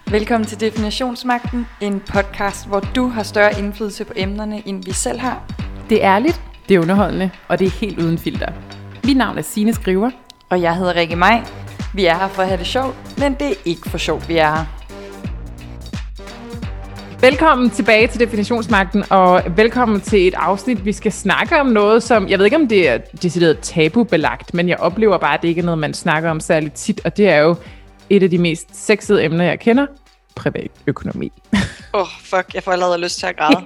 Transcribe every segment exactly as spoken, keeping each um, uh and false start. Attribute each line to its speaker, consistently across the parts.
Speaker 1: Velkommen til Definitionsmagten, en podcast, hvor du har større indflydelse på emnerne, end vi selv har.
Speaker 2: Det er ærligt, det er underholdende, og det er helt uden filter. Mit navn er Signe Skriver.
Speaker 1: Og jeg hedder Rikke Maj. Vi er her for at have det sjovt, men det er ikke for sjovt, vi er her.
Speaker 2: Velkommen tilbage til Definitionsmagten, og velkommen til et afsnit, vi skal snakke om noget, som, jeg ved ikke om det er decideret tabubelagt, men jeg oplever bare, at det ikke er noget, man snakker om særligt tit, og det er jo et af de mest sexede emner, jeg kender, privatøkonomi.
Speaker 1: Åh, oh, fuck, jeg får allerede lyst til at græde.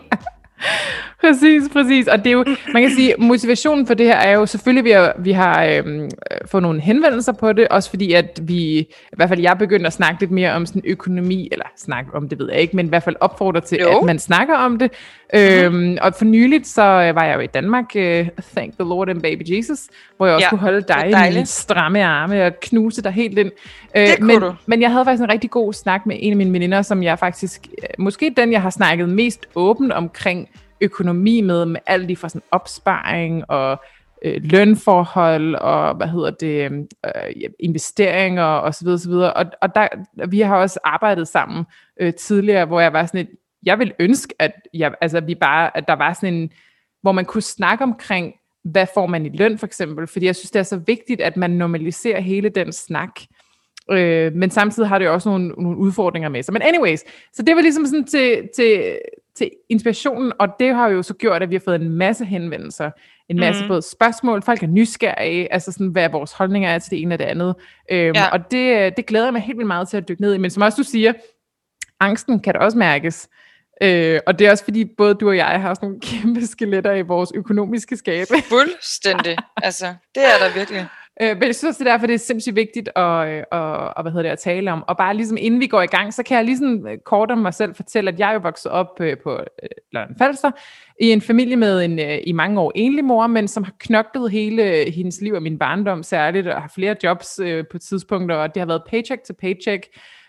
Speaker 2: Præcis, præcis. Og det er jo, man kan sige, motivationen for det her er jo selvfølgelig, vi har, vi har øhm, fået nogle henvendelser på det, også fordi at vi, i hvert fald jeg begyndte at snakke lidt mere om sådan økonomi, eller snakke om det ved jeg ikke, men i hvert fald opfordrer til, jo. At man snakker om det. Øhm, mm-hmm. Og for nyligt, så var jeg jo i Danmark, uh, thank the Lord and baby Jesus, hvor jeg også ja, kunne holde dig i mine stramme arme og knuse dig helt ind. Øh,
Speaker 1: det kunne
Speaker 2: men,
Speaker 1: du.
Speaker 2: Men jeg havde faktisk en rigtig god snak med en af mine veninder, som jeg faktisk, måske den jeg har snakket mest åbent omkring økonomi med, med alt lige fra sådan opsparing og øh, lønforhold og hvad hedder det, øh, investeringer og så videre, så videre. Og, og der, vi har også arbejdet sammen øh, tidligere, hvor jeg var sådan et, jeg vil ønske, at, jeg, altså, vi bare, at der var sådan en, hvor man kunne snakke omkring, hvad får man i løn for eksempel, fordi jeg synes, det er så vigtigt, at man normaliserer hele den snak. Øh, men samtidig har det jo også nogle, nogle udfordringer med sig. Men anyways, så det var ligesom sådan til, til, til inspirationen, og det har jo så gjort, at vi har fået en masse henvendelser, en masse mm. både spørgsmål, folk er nysgerrige, altså sådan, hvad vores holdninger er til det ene og det andet. Øhm, ja. Og det, det glæder jeg mig helt vildt meget til at dykke ned i. Men som også du siger, angsten kan da også mærkes. Øh, og det er også fordi, både du og jeg har sådan nogle kæmpe skeletter i vores økonomiske skabe.
Speaker 1: Fuldstændig. Altså, det er der virkelig.
Speaker 2: Øh, men jeg synes, det er derfor, det er sindssygt vigtigt at, at, at, hvad hedder det, at tale om. Og bare ligesom inden vi går i gang, så kan jeg ligesom kort om mig selv fortælle, at jeg er jo vokset op på Lolland-Falster i en familie med en i mange år enlig mor, men som har knoklet hele hendes liv og min barndom særligt, og har flere jobs øh, på tidspunkter, og det har været paycheck til paycheck.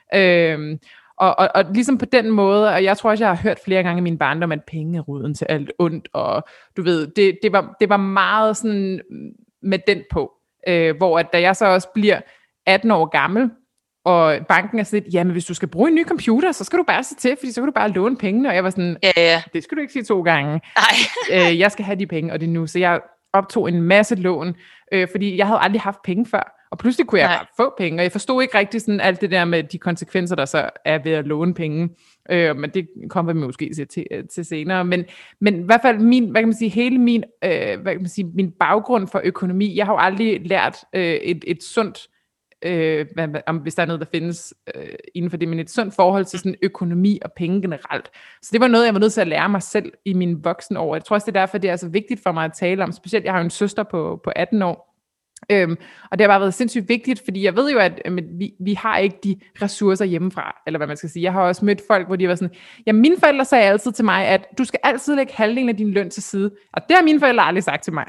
Speaker 2: Øh, og, og, og ligesom på den måde, og jeg tror også, jeg har hørt flere gange i min barndom, at penge er ruden til alt ondt, og du ved, det, det, var, det var meget sådan med den på. Øh, hvor at da jeg så også bliver atten år gammel, og banken er sådan lidt, jamen hvis du skal bruge en ny computer, så skal du bare se til, fordi så kan du bare låne pengene, og jeg var sådan,
Speaker 1: ja, ja.
Speaker 2: Det skal du ikke sige to gange.
Speaker 1: Nej.
Speaker 2: øh, jeg skal have de penge, og det er nu, så jeg optog en masse lån, øh, fordi jeg havde aldrig haft penge før, og pludselig kunne jeg Nej. bare få penge, og jeg forstod ikke rigtig sådan alt det der med de konsekvenser, der så er ved at låne penge, øh, men det kommer vi måske til, til, til senere, men, men i hvert fald min, hvad kan man sige, hele min, øh, hvad kan man sige, min baggrund for økonomi, jeg har jo aldrig lært øh, et, et sundt, øh, om, hvis der er noget, der findes øh, inden for det, men et sundt forhold til sådan økonomi og penge generelt. Så det var noget, jeg var nødt til at lære mig selv i mine voksne år. Jeg tror også, det er derfor, det er så vigtigt for mig at tale om, specielt jeg har jo en søster på, på atten år, Øhm, og det har bare været sindssygt vigtigt, fordi jeg ved jo, at øh, vi, vi har ikke de ressourcer hjemmefra, eller hvad man skal sige. Jeg har også mødt folk, hvor de var sådan, ja, mine forældre sagde altid til mig, at du skal altid lægge halvdelen af din løn til side, og det har mine forældre aldrig sagt til mig.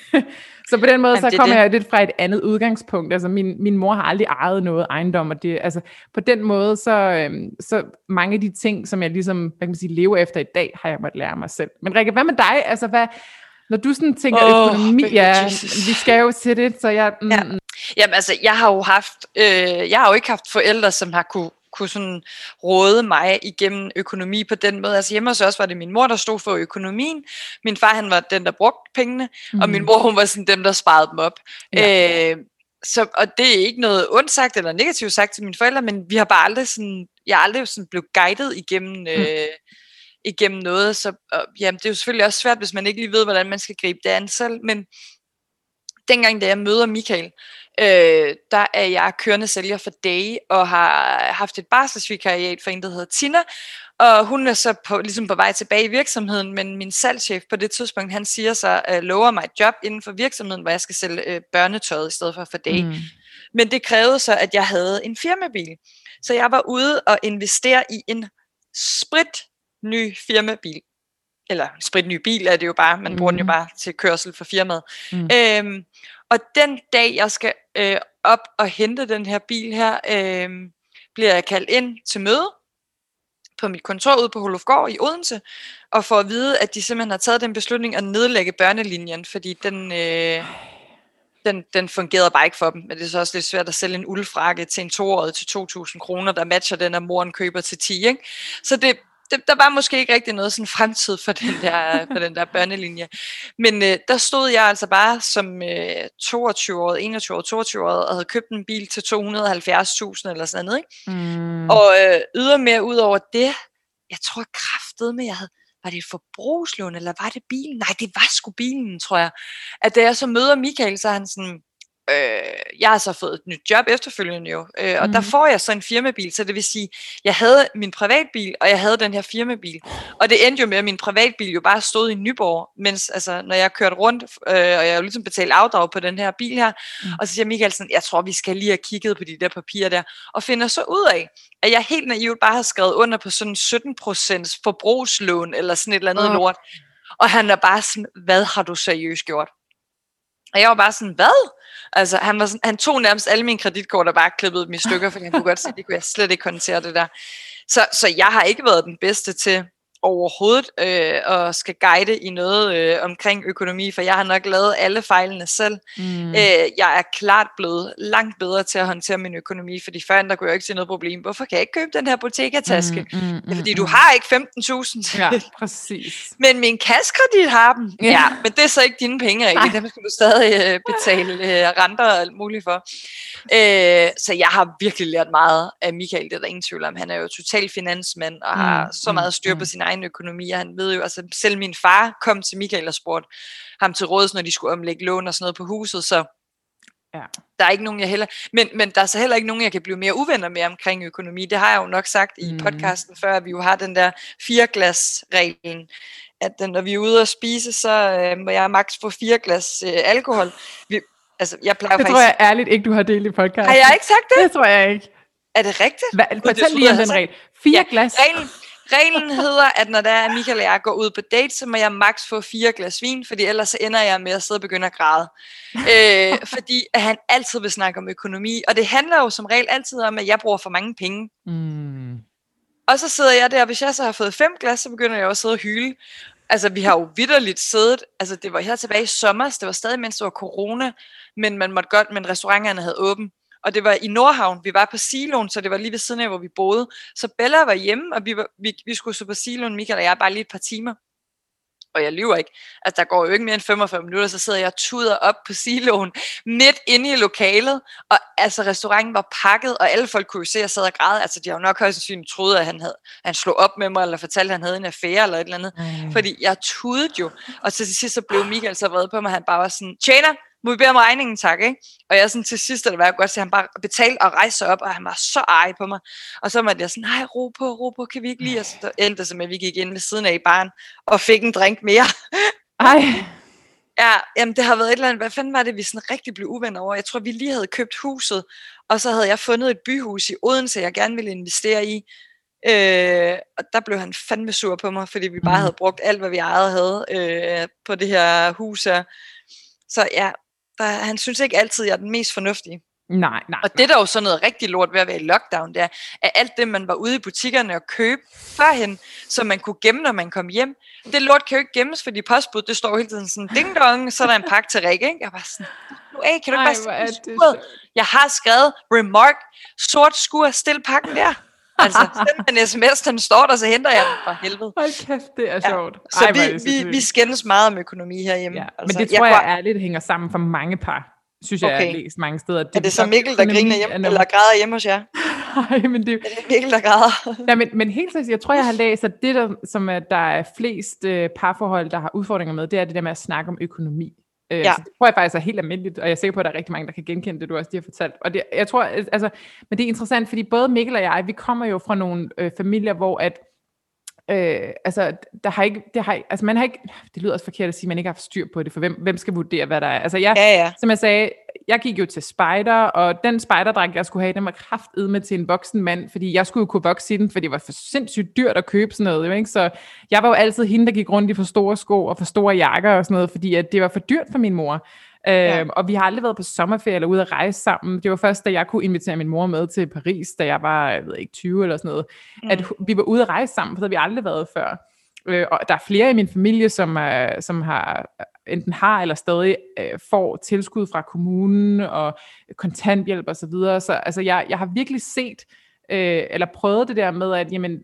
Speaker 2: Så på den måde, Jamen, så kommer jeg lidt fra et andet udgangspunkt. Altså min, min mor har aldrig ejet noget ejendom, og det, altså på den måde, så, øhm, så mange af de ting, som jeg ligesom, hvad kan man sige, lever efter i dag, har jeg måttet lære mig selv. Men Rikke, hvad med dig? Altså hvad... Når du sådan tænker oh, økonomi, ja, vi skal jo til det, så jeg... Mm.
Speaker 1: Ja. Jamen altså, jeg har jo haft, øh, jeg har jo ikke haft forældre, som har kunne, kunne sådan råde mig igennem økonomi på den måde. Altså hjemme hos os var det min mor, der stod for økonomien. Min far, han var den, der brugte pengene, mm. og min mor, hun var sådan dem, der sparede dem op. Ja. Øh, så, og det er ikke noget ondt sagt eller negativt sagt til mine forældre, men vi har bare aldrig sådan, jeg har aldrig sådan blevet guidet igennem... Øh, mm. igennem noget, så og, jamen, det er jo selvfølgelig også svært, hvis man ikke lige ved, hvordan man skal gribe det an selv, men dengang, da jeg møder Michael, øh, der er jeg kørende sælger for Day, og har haft et barselsvikariat for en, der hedder Tina, og hun er så på, ligesom på vej tilbage i virksomheden, men min salgschef på det tidspunkt, han siger så, øh, lover mig et job inden for virksomheden, hvor jeg skal sælge øh, børnetøjet i stedet for for Day. Mm. Men det krævede så, at jeg havde en firmabil, så jeg var ude og investere i en sprit ny firmabil, eller sprit ny bil er det jo bare, man bruger mm. den jo bare til kørsel for firmaet. Mm. Øhm, og den dag, jeg skal øh, op og hente den her bil her, øh, bliver jeg kaldt ind til møde på mit kontor ude på Holofgård i Odense, og får at vide, at de simpelthen har taget den beslutning at nedlægge børnelinjen, fordi den, øh, den, den fungerede bare ikke for dem. Men det er så også lidt svært at sælge en uldfrakke til en toårig til to tusind kroner, der matcher den, at moren køber til ti, ikke? Så det, det, der var måske ikke rigtig noget sådan fremtid for den der, for den der børnelinje. Men øh, der stod jeg altså bare som øh, toogtyve-årig, enogtyve-årig, toogtyve-årig og havde købt en bil til to hundrede og halvfjerds tusind eller sådan noget, ikke? Mm. Og øh, ydermere ud over det, jeg tror kraftedeme, jeg havde, var det et forbrugslån, eller var det bilen? Nej, det var sgu bilen, tror jeg. At da jeg så møder Michael, så er han sådan, øh, jeg har så fået et nyt job efterfølgende jo, øh, og mm. der får jeg så en firmabil, så det vil sige, jeg havde min privatbil, og jeg havde den her firmabil, og det endte jo med, at min privatbil jo bare stod i Nyborg, mens altså, når jeg kørte rundt, øh, og jeg jo ligesom betalte afdrag på den her bil her, mm. og så siger Michael sådan, jeg tror, vi skal lige have kigget på de der papirer der, og finder så ud af, at jeg helt naivt bare har skrevet under på sådan sytten procent forbrugslån, eller sådan et eller andet mm. lort, og han er bare sådan, hvad har du seriøst gjort? Og jeg var bare sådan, hvad? Altså, han, var sådan, han tog nærmest alle mine kreditkort og bare klippede dem i stykker, fordi han kunne godt se, det kunne jeg slet ikke håndtere det der. Så, så jeg har ikke været den bedste til overhovedet øh, og skal guide i noget øh, omkring økonomi, for jeg har nok lavet alle fejlene selv. Mm. Øh, jeg er klart blevet langt bedre til at håndtere min økonomi, fordi før der kunne jeg ikke se noget problem. Hvorfor kan jeg ikke købe den her Bottega-taske? Mm, mm, mm, det er fordi, du har ikke femten tusind til.
Speaker 2: Ja, præcis.
Speaker 1: Men min kassekredit har dem. Ja. Ja, men det er så ikke dine penge, ikke? Dem skal du stadig øh, betale øh, renter og alt muligt for. Øh, så jeg har virkelig lært meget af Michael, det er der ingen tvivl om. Han er jo total finansmand og har mm, så meget styr på mm. sin egen økonomi, og han ved jo, altså selv min far kom til Michael og spurgte ham til råds, når de skulle omlægge lån og sådan noget på huset, så ja. Der er ikke nogen, jeg heller, men, men der er så heller ikke nogen, jeg kan blive mere uvenner med omkring økonomi. Det har jeg jo nok sagt i mm. podcasten før, at vi jo har den der fire glas reglen, at når vi er ude at spise, så øh, må jeg maks få fire glas øh, alkohol. Vi, altså, jeg plejer
Speaker 2: det
Speaker 1: faktisk...
Speaker 2: tror jeg ærligt ikke, du har delt i podcasten.
Speaker 1: Har jeg ikke sagt det?
Speaker 2: Det tror jeg ikke.
Speaker 1: Er det rigtigt?
Speaker 2: Hva, fortæl lige om den regel. Fire ja, glas.
Speaker 1: Reglen, reglen hedder, at når der er Michael og jeg går ud på date, så må jeg maks få fire glas vin, fordi ellers så ender jeg med at sidde og begynde at græde. øh, fordi at han altid vil snakke om økonomi, og det handler jo som regel altid om, at jeg bruger for mange penge. Mm. Og så sidder jeg der, og hvis jeg så har fået fem glas, så begynder jeg også at sidde og hyle. Altså, vi har jo vitterligt siddet, altså det var her tilbage i sommer, det var stadig mens det var corona, men man måtte godt, men restauranterne havde åbent. Og det var i Nordhavn, vi var på Siloen, så det var lige ved siden af, hvor vi boede. Så Bella var hjemme, og vi, var, vi, vi skulle så på Siloen, Michael og jeg, bare lige et par timer. Og jeg lyver ikke, altså der går jo ikke mere end femogfyrre minutter, så sidder jeg og tuder op på Siloen, midt inde i lokalet, og altså restauranten var pakket, og alle folk kunne jo se, at jeg sad og græd. Altså de har jo nok højst sandsynligt troet, at han, havde, han slog op med mig, eller fortalte, at han havde en affære, eller et eller andet. Mm. Fordi jeg tudede jo, og så til sidst så blev Michael så vred på mig, han bare var sådan, tjener, må vi bede om regningen, tak, ikke? Og jeg sådan til sidst, det var jeg godt se, han bare betalte og rejste sig op, og han var så ej på mig. Og så var jeg sådan, nej, ro på, ro på, kan vi ikke lige? Og så endte det så med, at vi gik ind ved siden af i baren, og fik en drink mere.
Speaker 2: Ej.
Speaker 1: Ja, jamen det har været et eller andet, hvad fanden var det, vi sådan rigtig blev uvenner over? Jeg tror, vi lige havde købt huset, og så havde jeg fundet et byhus i Odense, jeg gerne ville investere i. Øh, og der blev han fandme sur på mig, fordi vi bare havde brugt alt, hvad vi ejede havde øh, på det her hus her. Så ja, der, han synes ikke altid, jeg er den mest fornuftige.
Speaker 2: Nej, nej.
Speaker 1: Og det der er jo sådan noget rigtig lort ved at være i lockdown, det er, at alt det, man var ude i butikkerne og købe førhen, som man kunne gemme, når man kom hjem, det lort kan jo ikke gemmes, fordi postbud, det står jo hele tiden sådan, ding dong, så er der en pakke til Rikke, ikke? Jeg var sådan, nu af, kan du ikke bare sige, jeg har skrevet, remark, sort skur, stil pakken der. Altså, send en sms, den står der, så henter jeg den for helvede.
Speaker 2: Hold kæft, det er sjovt.
Speaker 1: Ja. Så Ej, vi, vi, vi skændes meget om økonomi herhjemme. Ja,
Speaker 2: altså, men det tror jeg, jeg ærligt hænger sammen for mange par. Synes jeg, okay. Jeg har læst mange steder. Det
Speaker 1: er det så Mikkel, der griner hjemme, eller græder hjemme hos jer?
Speaker 2: Nej, men det
Speaker 1: er det Mikkel, der græder?
Speaker 2: Ja, men, men helt seriøst, jeg tror, jeg har læst, at det, der, som er, der er flest øh, parforhold, der har udfordringer med, det er det der med at snakke om økonomi. Øh, ja. Så det tror jeg faktisk er helt almindeligt, og jeg er sikker på, at der er rigtig mange, der kan genkende det, du også lige har fortalt. Og det, jeg tror, altså, men det er interessant, fordi både Mikkel og jeg, vi kommer jo fra nogle øh, familier, hvor at Øh, altså, der har ikke, det har, altså man har ikke, det lyder også forkert at sige, at man ikke har haft styr på det, for hvem, hvem skal vurdere, hvad der er? Altså jeg,
Speaker 1: ja, ja.
Speaker 2: Som jeg sagde, jeg gik jo til spejder, og den spejderdragt, jeg skulle have, den var kraftedme til en voksen mand, fordi jeg skulle jo kunne vokse i den, for det var for sindssygt dyrt at købe sådan noget, ikke? Så jeg var jo altid hende, der gik rundt i for store sko og for store jakker og sådan noget, fordi at det var for dyrt for min mor. Ja. Øhm, og vi har aldrig været på sommerferie eller ude at rejse sammen. Det var først, da jeg kunne invitere min mor med til Paris, da jeg var, jeg ved ikke, tyve eller sådan noget, mm. at vi var ude at rejse sammen, for det havde vi aldrig været før. Øh, og der er flere i min familie, som, er, som har enten har eller stadig øh, får tilskud fra kommunen og kontanthjælp og så videre. Så altså, jeg, jeg har virkelig set, øh, eller prøvet det der med, at jamen,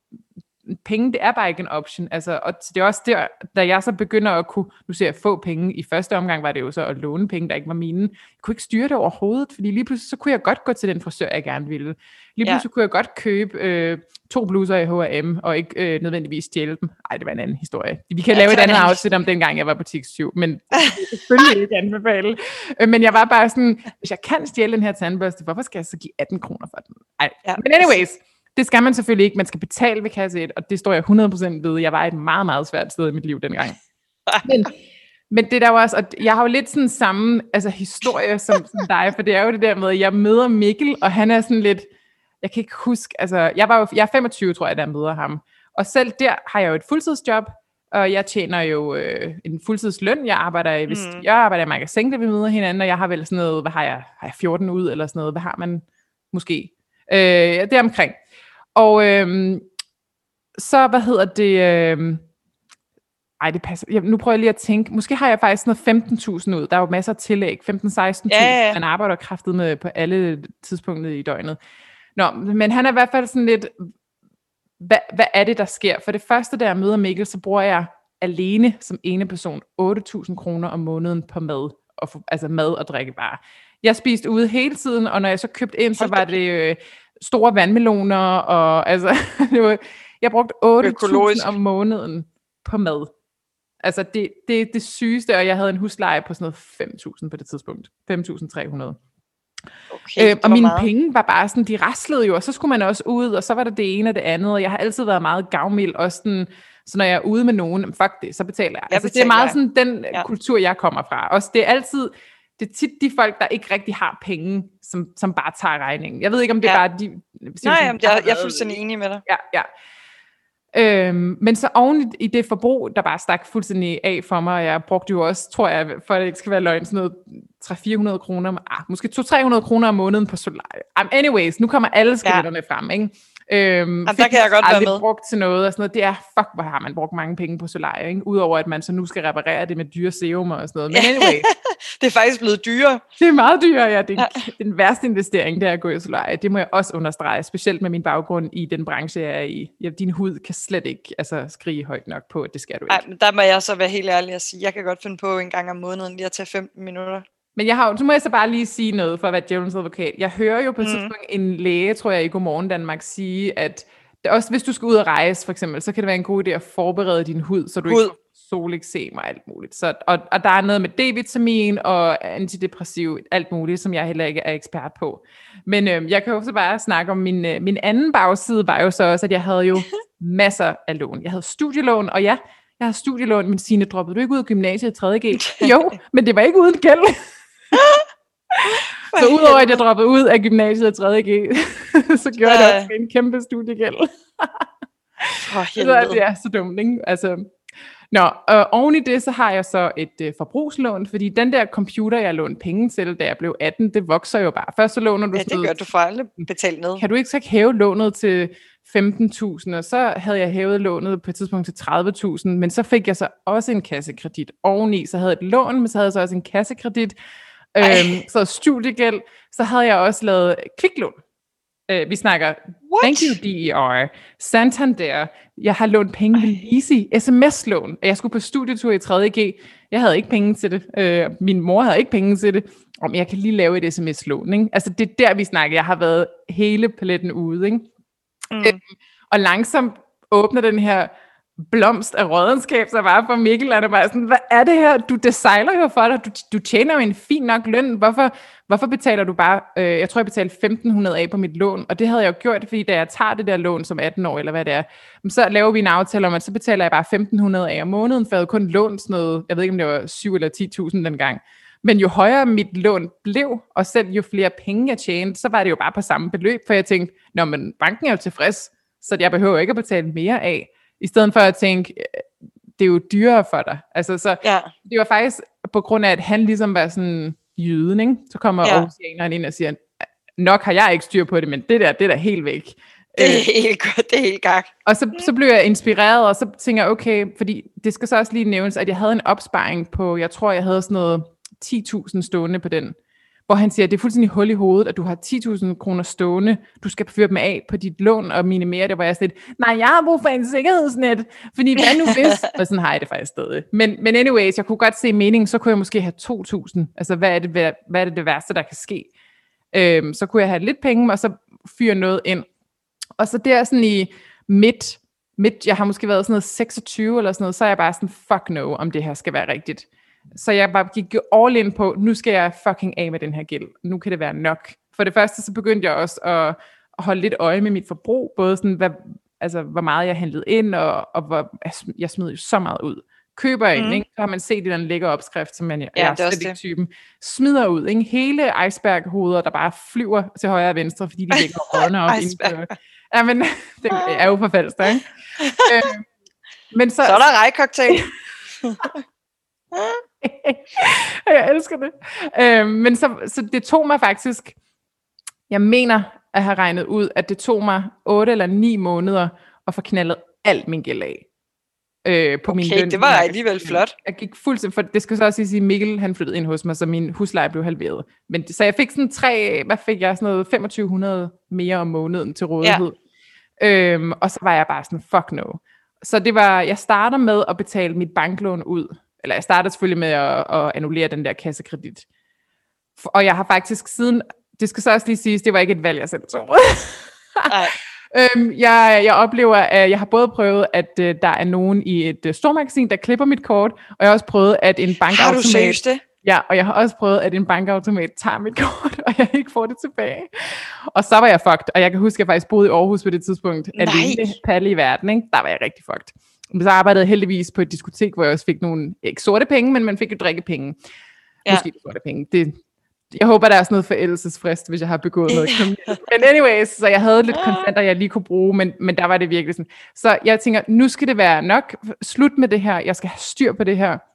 Speaker 2: penge, det er bare ikke en option. Altså, og det er også der, da jeg så begynder at kunne, nu ser jeg få penge, i første omgang var det jo så at låne penge, der ikke var mine. Jeg kunne ikke styre det overhovedet, fordi lige pludselig så kunne jeg godt gå til den frisør, jeg gerne ville. Lige pludselig ja. kunne jeg godt købe øh, to bluser i H og M, og ikke øh, nødvendigvis stjæle dem. Ej, det var en anden historie. Vi kan ja, lave et andet afsnit om dengang, jeg var butikstyv, men det er selvfølgelig ikke anbefale. Men jeg var bare sådan, hvis jeg kan stjæle den her tandbørste, hvorfor skal jeg så give atten kroner for den? Ej, ja. Men anyways, det skal man selvfølgelig ikke. Man skal betale ved kasse et, og det står jeg hundrede procent ved. Jeg var et meget, meget svært sted i mit liv dengang. Men, men det der var også, og jeg har jo lidt sådan samme altså, historie som, som dig, for det er jo det der med, at jeg møder Mikkel, og han er sådan lidt, jeg kan ikke huske, altså, jeg, var jo, jeg er femogtyve, tror jeg, da jeg møder ham. Og selv der har jeg jo et fuldtidsjob, og jeg tjener jo øh, en fuldtidsløn. Jeg arbejder i, hvis, mm. jeg arbejder i magasin, da vi møder hinanden, og jeg har vel sådan noget, hvad har jeg, har jeg fjorten ud, eller sådan noget, hvad har man måske? Øh, det er omkring. Og øhm, så, hvad hedder det, øhm, ej det passer, jeg, nu prøver jeg lige at tænke, måske har jeg faktisk noget femten tusind ud, der er jo masser af tillæg, femten til seksten tusind, ja, ja. Man arbejder kraftigt med på alle tidspunkter i døgnet. Nå, men han er i hvert fald sådan lidt, hvad, hvad er det, der sker? For det første, da jeg møder Mikkel, så bruger jeg alene som ene person otte tusind kroner om måneden på mad, og for, altså mad og drikkevarer. Jeg spiste ude hele tiden, og når jeg så købte ind, så var det øh, store vandmeloner, og altså, det var, jeg brugte otte tusind om måneden på mad. Altså, det, det, det sygeste, og jeg havde en husleje på sådan noget fem tusind på det tidspunkt. fem tusind tre hundrede. Okay, øh, og mine meget. Penge var bare sådan, de raslede jo, og så skulle man også ud, og så var det det ene og det andet, og jeg har altid været meget gavmild, også sådan, så når jeg er ude med nogen, fuck det, så betaler jeg. jeg altså, betaler, det er meget sådan den ja. kultur, jeg kommer fra. Også det er altid, det er tit de folk, der ikke rigtig har penge, som, som bare tager regningen. Jeg ved ikke, om det ja. er bare de...
Speaker 1: Nej, jamen, jeg, jeg er fuldstændig enig med dig.
Speaker 2: Ja, ja. Øhm, men så oven i det forbrug, der bare stak fuldstændig af for mig, og jeg brugte jo også, tror jeg, for at det ikke skal være løgn, sådan noget tre hundrede til fire hundrede kroner, ah, måske to til tre hundrede kroner om måneden på solarie. Um, anyways, nu kommer alle skeletterne ja. frem, ikke? Øhm,
Speaker 1: der kan jeg godt være med.
Speaker 2: Aldrig brugt til noget og sådan noget. Det er, fuck, hvor har man brugt mange penge på solarie, ikke? Udover at man så nu skal reparere det med dyre serumer og sådan noget. Men anyway.
Speaker 1: Det er faktisk blevet dyrere.
Speaker 2: Det er meget dyrere, ja. Det er ja. den værste investering, det er at gå i solarie. Det må jeg også understrege, specielt med min baggrund i den branche, jeg er i. Ja, din hud kan slet ikke altså, skrige højt nok på, at det skal du ikke.
Speaker 1: Nej, men der må jeg så være helt ærlig at sige, jeg kan godt finde på en gang om måneden lige at tage femten minutter.
Speaker 2: Men jeg har, så må jeg så bare lige sige noget for at være djævelens advokat. Jeg hører jo på et mm. tidspunkt en læge, tror jeg, i Godmorgen Danmark sige, at det også hvis du skal ud og rejse, for eksempel, så kan det være en god idé at forberede din hud, så du hud. ikke får soleksem og alt muligt. Så, og, og der er noget med D-vitamin og antidepressiv, alt muligt, som jeg heller ikke er ekspert på. Men øhm, jeg kan jo så bare snakke om min, øh, min anden bagside, var jo så også, at jeg havde jo masser af lån. Jeg havde studielån, og ja, jeg havde studielån, men Signe, droppede du ikke ud af gymnasiet i tredje G? Jo, men det var ikke uden gæld. Så udover at jeg droppede ud af gymnasiet i tredje G, så gjorde jeg det også en kæmpe studiegæld. Så det er så dumt, ikke? Altså, nå, og oven i det, så har jeg så et øh, forbrugslån, fordi den der computer, jeg lånte penge til, da jeg blev atten, det vokser jo bare. Først så låner du...
Speaker 1: Ja, det gør du for aldrig betalt ned.
Speaker 2: Kan du ikke så ikke hæve lånet til femten tusind, og så havde jeg hævet lånet på et tidspunkt til tredive tusind, men så fik jeg så også en kassekredit oveni, så havde jeg et lån, men så havde jeg så også en kassekredit, øhm, så studiegæld, så havde jeg også lavet kviklån. Øh, vi snakker, What? Thank you D E R, Santander, jeg har lånt penge ved Easy, sms-lån, jeg skulle på studietur i tredje G, jeg havde ikke penge til det, øh, min mor havde ikke penge til det, og jeg kan lige lave et sms-lån, ikke? Altså det er der, vi snakker, jeg har været hele paletten ude, ikke? Mm. Øh, og langsomt åbner den her blomst af rådenskab, så bare for Mikkel, er det bare sådan, hvad er det her? Du, det sejler jo for dig, du, du tjener jo en fin nok løn, hvorfor, hvorfor betaler du bare, øh, jeg tror jeg betalte femten hundrede af på mit lån, og det havde jeg jo gjort, fordi da jeg tager det der lån som atten år, eller hvad det er, så laver vi en aftale om, at så betaler jeg bare femten hundrede af om måneden, for jeg havde kun lånt sådan noget, jeg ved ikke om det var syv eller ti tusind dengang, men jo højere mit lån blev, og selv jo flere penge jeg tjente, så var det jo bare på samme beløb, for jeg tænkte, nå, men banken er jo tilfreds, så jeg behøver ikke at betale mere af, i stedet for at tænke, det er jo dyrere for dig. Altså, så ja. Det var faktisk på grund af, at han ligesom var sådan jyden, ikke? Så kommer ja. Oceaneren ind og siger, nok har jeg ikke styr på det, men det der, det der helt væk.
Speaker 1: Det er helt godt, det er helt gak.
Speaker 2: Og så, så blev jeg inspireret, og så tænker jeg, okay, fordi det skal så også lige nævnes, at jeg havde en opsparing på, jeg tror, jeg havde sådan noget ti tusind stående på den, hvor han siger, at det er fuldstændig hul i hovedet, at du har ti tusind kroner stående, du skal fyre dem af på dit lån og minimere det, hvor jeg sagde, nej, jeg har brug for en sikkerhedsnet, fordi hvad nu hvis, og sådan har jeg det faktisk stadig. Men, men anyways, jeg kunne godt se meningen, så kunne jeg måske have to tusind, altså hvad er det, hvad, hvad er det, det værste, der kan ske? Øhm, så kunne jeg have lidt penge, og så fyre noget ind. Og så der sådan i midt, midt, jeg har måske været sådan noget seksogtyve eller sådan noget, så er jeg bare sådan, fuck no, om det her skal være rigtigt. Så jeg bare gik all in på, nu skal jeg fucking af med den her gæld. Nu kan det være nok. For det første, så begyndte jeg også at, at holde lidt øje med mit forbrug. Både sådan, hvad, altså, hvor meget jeg handlede ind, og, og hvor, jeg smed jo så meget ud. Køber jeg mm. ind, ikke? Så har man set den lækker opskrift, som man, ja, jeg er slet ikke typen. Smider ud, ikke? Hele iceberg-hoveder, der bare flyver til højre og venstre, fordi de ligger og rådner op. Ja, men det er jo forfalst, ikke? øh, men så,
Speaker 1: så er der rejcocktail.
Speaker 2: Jeg elsker det. Øh, men så, så det tog mig faktisk, jeg mener at have regnet ud, at det tog mig otte eller ni måneder at få knaldet alt min gæld af. Øh, på
Speaker 1: okay,
Speaker 2: min løn.
Speaker 1: Det var alligevel flot.
Speaker 2: Jeg gik fuldstændig, for det skal så også sige, at Mikkel han flyttede ind hos mig, så min husleje blev halveret. Men, så jeg fik sådan tre, hvad fik jeg, sådan noget femogtyve hundrede mere om måneden til rådighed. Ja. Øhm, og så var jeg bare sådan, fuck no. Så det var, jeg starter med at betale mit banklån ud. Eller jeg starter selvfølgelig med at, at annullere den der kassekredit. Og jeg har faktisk siden, det skal så også lige siges, det var ikke et valg, jeg selv tog. Nej. Øhm, jeg, jeg oplever, at jeg har både prøvet, at uh, der er nogen i et uh, stormagasin, der klipper mit kort, og jeg har også prøvet, at en bankautomat...
Speaker 1: Har du seriøst det?
Speaker 2: Ja, og jeg har også prøvet, at en bankautomat tager mit kort, og jeg ikke får det tilbage. Og så var jeg fucked, og jeg kan huske, at jeg faktisk boede i Aarhus på det tidspunkt. Alene palle i verden, ikke? Der var jeg rigtig fucked. Men så arbejdede jeg heldigvis på et diskotek, hvor jeg også fik nogle, ikke sorte penge, men man fik jo drikkepenge. Ja. Måske sorte penge. Det, jeg håber, der er sådan noget forældelsesfrist, hvis jeg har begået noget kriminelt. Men anyways, så jeg havde lidt kontanter, jeg lige kunne bruge, men, men der var det virkelig sådan. Så jeg tænker, nu skal det være nok. Slut med det her. Jeg skal have styr på det her.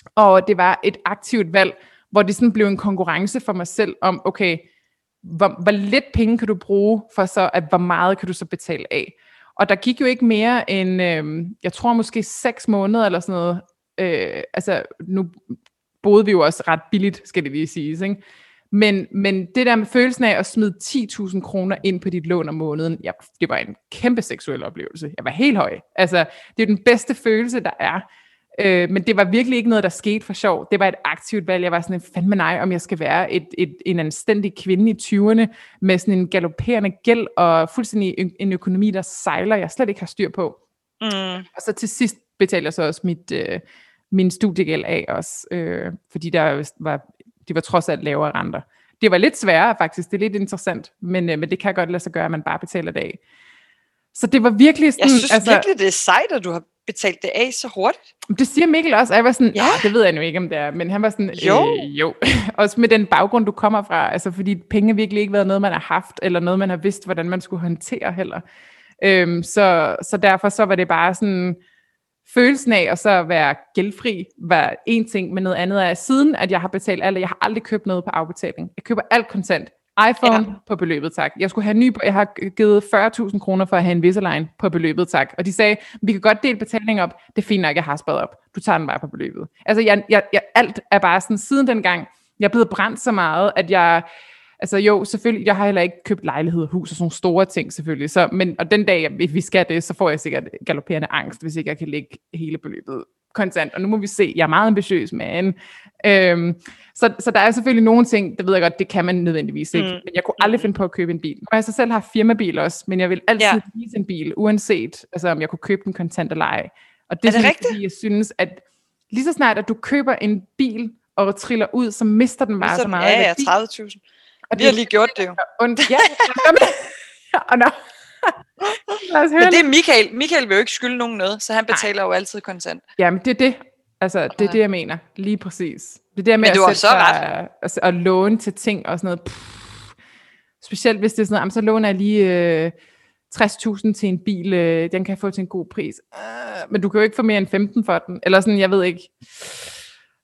Speaker 2: Og det var et aktivt valg, hvor det sådan blev en konkurrence for mig selv om, okay, hvor, hvor lidt penge kan du bruge, for så, at hvor meget kan du så betale af. Og der gik jo ikke mere end, øh, jeg tror måske seks måneder eller sådan noget. Øh, altså, nu boede vi jo også ret billigt, skal det lige siges, ikke? Men, men det der med følelsen af at smide ti tusind kroner ind på dit lån om måneden, ja, det var en kæmpe seksuel oplevelse. Jeg var helt høj. Altså, det er den bedste følelse, der er. Øh, men det var virkelig ikke noget, der skete for sjov. Det var et aktivt valg. Jeg var sådan, fandme nej, om jeg skal være et, et, en anstændig kvinde i tyverne med sådan en galopperende gæld og fuldstændig en, en økonomi, der sejler, jeg slet ikke har styr på. Mm. Og så til sidst betalte jeg så også mit, øh, min studiegæld af også, øh, fordi der var, de var trods alt lavere renter. Det var lidt sværere faktisk, det er lidt interessant, men, øh, men det kan godt lade sig gøre, at man bare betaler det af. Så det var virkelig sådan...
Speaker 1: Jeg synes
Speaker 2: altså,
Speaker 1: virkelig, det er sejt, at du har betalt det af så hurtigt.
Speaker 2: Det siger Mikkel også, og jeg var sådan, ja, det ved jeg nu ikke, om det er, men han var sådan,
Speaker 1: jo,
Speaker 2: øh, jo. Også med den baggrund, du kommer fra, altså fordi penge virkelig ikke været noget, man har haft, eller noget, man har vidst, hvordan man skulle håndtere heller. Øhm, så, så derfor så var det bare sådan, følelsen af at så være gældfri, var en ting, men noget andet er, siden at jeg har betalt alt, jeg har aldrig købt noget på afbetaling. Jeg køber alt kontant. iPhone ja. På beløbet, tak. Jeg skulle have ny, jeg har givet fyrre tusind kroner for at have en Invisalign på beløbet, tak. Og de sagde, vi kan godt dele betalingen op. Det er fint nok, jeg har sparet op. Du tager den bare på beløbet. Altså, jeg, jeg, jeg, alt er bare sådan, siden dengang, jeg er blevet brændt så meget, at jeg, altså jo, selvfølgelig, jeg har heller ikke købt lejlighed, hus og sådan nogle store ting, selvfølgelig. Så, men, og den dag, hvis vi skal det, så får jeg sikkert galopperende angst, hvis ikke jeg kan lægge hele beløbet kontant. Og nu må vi se, jeg er meget ambitiøs, men... Øhm, så, så der er selvfølgelig nogle ting, det ved jeg godt, det kan man nødvendigvis ikke, mm. men jeg kunne aldrig finde på at købe en bil. Og jeg så selv har firmabil også, men jeg vil altid ja. lease en bil, uanset altså, om jeg kunne købe den kontant eller ej. Og det er, det er fordi, jeg synes, at lige så snart, at du køber en bil og triller ud, så mister den bare mister så meget.
Speaker 1: Ja, ja, tredive tusind. Og vi har lige gjort det jo.
Speaker 2: Und, ja, og nå.
Speaker 1: Men det er Michael. Michael vil jo ikke skylde nogen noget, så han betaler Nej. jo altid kontant.
Speaker 2: Jamen, det er det. Altså, det er det, jeg mener. Lige præcis. Det er det med
Speaker 1: at,
Speaker 2: sætte sig, at, at låne til ting og sådan noget. Pff, specielt hvis det er sådan noget, så låner jeg lige øh, tres tusind til en bil, øh, den kan jeg få til en god pris. Øh, men du kan jo ikke få mere end femten for den. Eller sådan, jeg ved ikke.